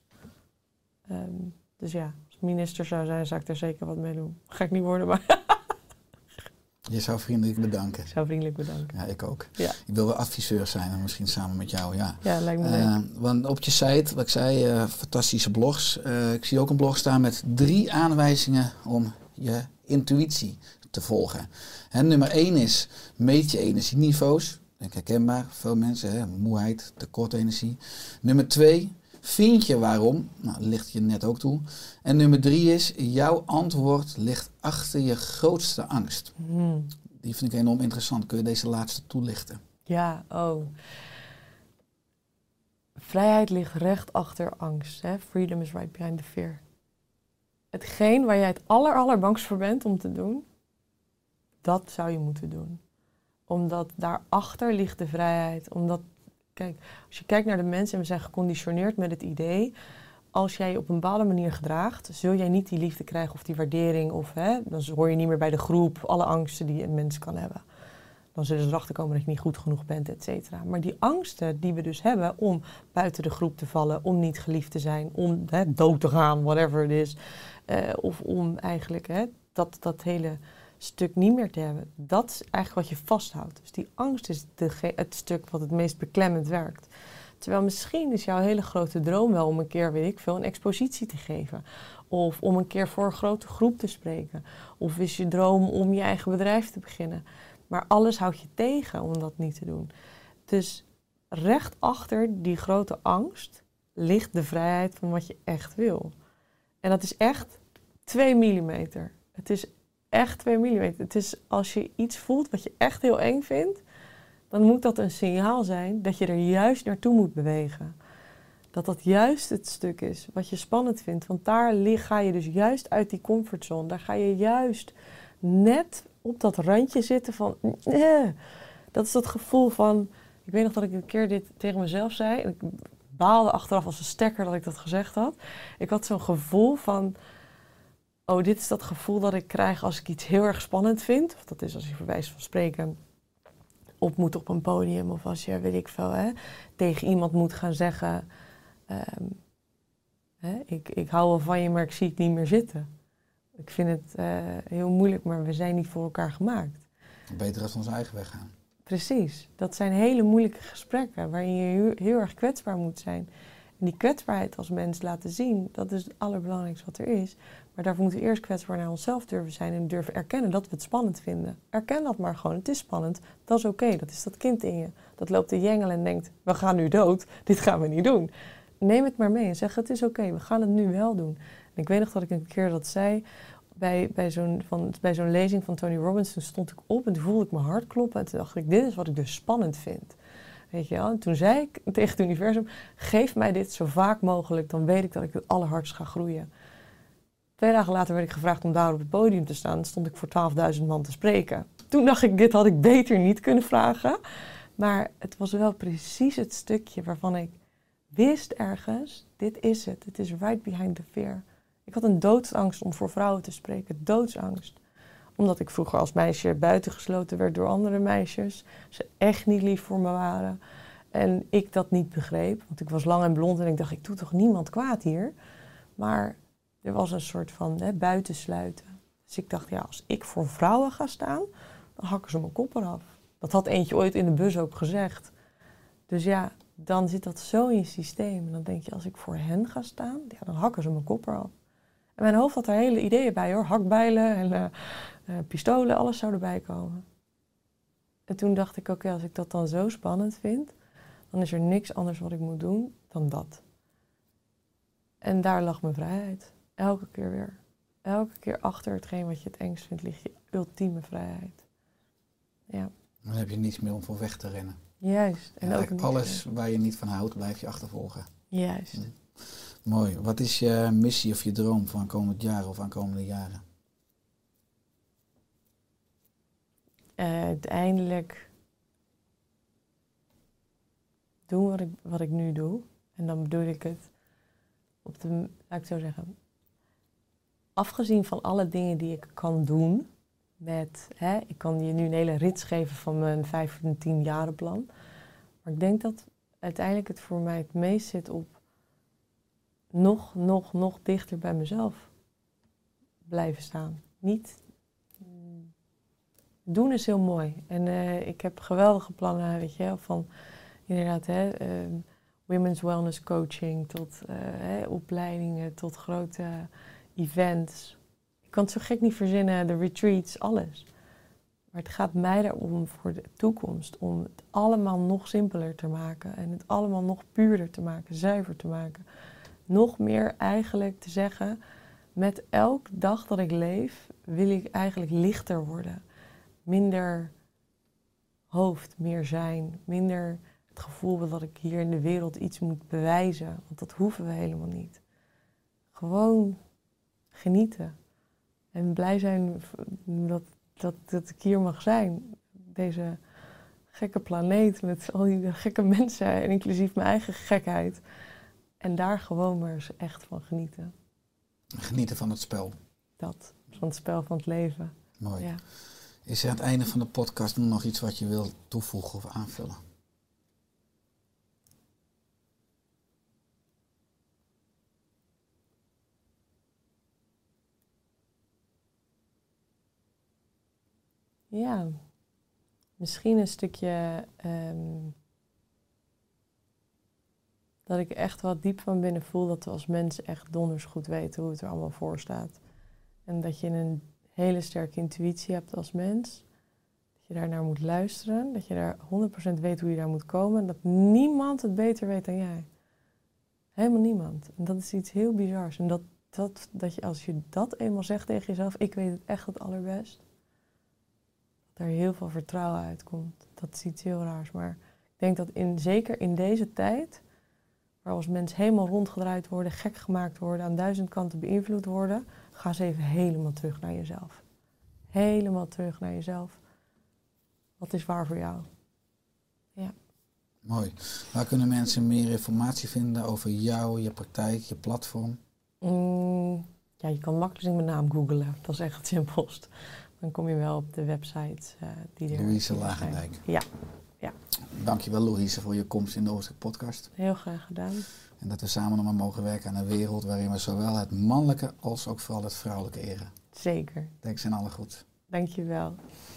Dus ja, als minister zou zijn, zou ik er zeker wat mee doen. Ga ik niet worden, maar Je zou vriendelijk bedanken. Ik zou vriendelijk bedanken. Ja, ik ook. Ja. Ik wil wel adviseur zijn en misschien samen met jou, ja. Ja, lijkt me leuk. Want op je site, wat ik zei, fantastische blogs. Ik zie ook een blog staan met 3 aanwijzingen om je intuïtie te volgen. Nummer 1 is, meet je energieniveaus. Denk herkenbaar, veel mensen, moeheid, tekort energie. Nummer 2, vind je waarom. Nou, dat ligt je net ook toe. En nummer 3 is, jouw antwoord ligt achter je grootste angst. Die vind ik enorm interessant. Kun je deze laatste toelichten? Ja, vrijheid ligt recht achter angst. Hè? Freedom is right behind the fear. Hetgeen waar jij het allerbangst voor bent om te doen, dat zou je moeten doen. Omdat daarachter ligt de vrijheid. Omdat, kijk, als je kijkt naar de mensen en we zijn geconditioneerd met het idee, als jij je op een bepaalde manier gedraagt, zul jij niet die liefde krijgen of die waardering. Dan hoor je niet meer bij de groep, alle angsten die een mens kan hebben. Dan zullen ze erachter komen dat je niet goed genoeg bent, et cetera. Maar die angsten die we dus hebben om buiten de groep te vallen, om niet geliefd te zijn, om dood te gaan, whatever it is. Of om eigenlijk dat hele stuk niet meer te hebben. Dat is eigenlijk wat je vasthoudt. Dus die angst is het stuk wat het meest beklemmend werkt. Terwijl misschien is jouw hele grote droom wel om een keer, weet ik veel, een expositie te geven. Of om een keer voor een grote groep te spreken. Of is je droom om je eigen bedrijf te beginnen. Maar alles houdt je tegen om dat niet te doen. Dus recht achter die grote angst ligt de vrijheid van wat je echt wil. En dat is echt 2 millimeter. Het is echt 2 millimeter. Het is als je iets voelt wat je echt heel eng vindt, dan moet dat een signaal zijn dat je er juist naartoe moet bewegen. Dat juist het stuk is wat je spannend vindt. Want daar ga je dus juist uit die comfortzone. Daar ga je juist net op dat randje zitten van... Dat is dat gevoel van... Ik weet nog dat ik een keer dit tegen mezelf zei. En ik baalde achteraf als een stekker dat ik dat gezegd had. Ik had zo'n gevoel van... Oh, dit is dat gevoel dat ik krijg als ik iets heel erg spannend vind. Of dat is als je voor wijze van spreken op moet op een podium. Of als je, weet ik veel, tegen iemand moet gaan zeggen... Ik hou wel van je, maar ik zie het niet meer zitten. Ik vind het heel moeilijk, maar we zijn niet voor elkaar gemaakt. Beter als we onze eigen weg gaan. Precies. Dat zijn hele moeilijke gesprekken waarin je heel erg kwetsbaar moet zijn. En die kwetsbaarheid als mens laten zien, dat is het allerbelangrijkste wat er is. Maar daarvoor moeten we eerst kwetsbaar naar onszelf durven zijn en durven erkennen dat we het spannend vinden. Erken dat maar gewoon. Het is spannend. Dat is oké. Dat is dat kind in je. Dat loopt te jengelen en denkt, we gaan nu dood. Dit gaan we niet doen. Neem het maar mee en zeg, het is oké. We gaan het nu wel doen. En ik weet nog dat ik een keer dat zei bij zo'n lezing van Tony Robbins. Toen stond ik op en toen voelde ik mijn hart kloppen. En toen dacht ik, dit is wat ik dus spannend vind. Weet je wel? En toen zei ik tegen het universum, geef mij dit zo vaak mogelijk. Dan weet ik dat ik het allerhardst ga groeien. 2 dagen later werd ik gevraagd om daar op het podium te staan. Dan stond ik voor 12.000 man te spreken. Toen dacht ik, dit had ik beter niet kunnen vragen. Maar het was wel precies het stukje waarvan ik wist ergens, dit is het. Het is right behind the fear. Ik had een doodsangst om voor vrouwen te spreken. Doodsangst. Omdat ik vroeger als meisje buitengesloten werd door andere meisjes. Ze echt niet lief voor me waren. En ik dat niet begreep. Want ik was lang en blond en ik dacht, ik doe toch niemand kwaad hier. Maar er was een soort van buitensluiten. Dus ik dacht, ja, als ik voor vrouwen ga staan, dan hakken ze mijn kop eraf. Dat had eentje ooit in de bus ook gezegd. Dus ja, dan zit dat zo in je systeem. En dan denk je, als ik voor hen ga staan, ja, dan hakken ze mijn kop eraf. En mijn hoofd had daar hele ideeën bij hoor. Hakbijlen en pistolen, alles zou erbij komen. En toen dacht ik, oké, als ik dat dan zo spannend vind, dan is er niks anders wat ik moet doen dan dat. En daar lag mijn vrijheid. Elke keer weer. Elke keer achter hetgeen wat je het engst vindt, ligt je ultieme vrijheid. Ja. Dan heb je niets meer om voor weg te rennen. Juist. En Ja, ook alles waar je niet van houdt, blijf je achtervolgen. Juist. Mooi. Wat is je missie of je droom voor aankomend jaar of aankomende jaren? Uiteindelijk doen wat ik nu doe. En dan bedoel ik het laat ik het zo zeggen. Afgezien van alle dingen die ik kan doen. Ik kan je nu een hele rits geven van mijn 5 en 10 jaren plan. Maar ik denk dat uiteindelijk het voor mij het meest zit op nog dichter bij mezelf blijven staan. Niet Doen is heel mooi. En ik heb geweldige plannen, weet je wel, van inderdaad, women's wellness coaching tot opleidingen, tot grote events. Ik kan het zo gek niet verzinnen, de retreats, alles. Maar het gaat mij erom voor de toekomst, om het allemaal nog simpeler te maken en het allemaal nog puurder te maken, zuiver te maken. Nog meer eigenlijk te zeggen, met elke dag dat ik leef, wil ik eigenlijk lichter worden. Minder hoofd, meer zijn, minder het gevoel dat ik hier in de wereld iets moet bewijzen. Want dat hoeven we helemaal niet. Gewoon genieten. En blij zijn dat ik hier mag zijn. Deze gekke planeet met al die gekke mensen en inclusief mijn eigen gekheid. En daar gewoon maar eens echt van genieten. Genieten van het spel. Dat, van het spel van het leven. Mooi. Ja. Is er aan het einde van de podcast nog iets wat je wilt toevoegen of aanvullen? Ja, misschien een stukje dat ik echt wel diep van binnen voel dat we als mensen echt donders goed weten hoe het er allemaal voor staat. En dat je een hele sterke intuïtie hebt als mens. Dat je daar naar moet luisteren. Dat je daar 100% weet hoe je daar moet komen. En dat niemand het beter weet dan jij. Helemaal niemand. En dat is iets heel bizars. En dat je als je dat eenmaal zegt tegen jezelf, ik weet het echt het allerbest. Dat er heel veel vertrouwen uitkomt. Dat is iets heel raars. Maar ik denk dat zeker in deze tijd, waar als mens helemaal rondgedraaid worden, gek gemaakt worden, aan 1000 kanten beïnvloed worden, ga eens even helemaal terug naar jezelf. Helemaal terug naar jezelf. Wat is waar voor jou? Ja. Mooi. Waar kunnen mensen meer informatie vinden over jou, je praktijk, je platform? Ja, je kan makkelijk mijn naam googlen. Dat is echt het simpelst. Dan kom je wel op de website die er Louise zijn. Lagendijk. Ja. Dankjewel Louise voor je komst in de Oorsterk podcast. Heel graag gedaan. En dat we samen nog maar mogen werken aan een wereld waarin we zowel het mannelijke als ook vooral het vrouwelijke eren. Zeker. Denk ze aan alle goed. Dank je wel.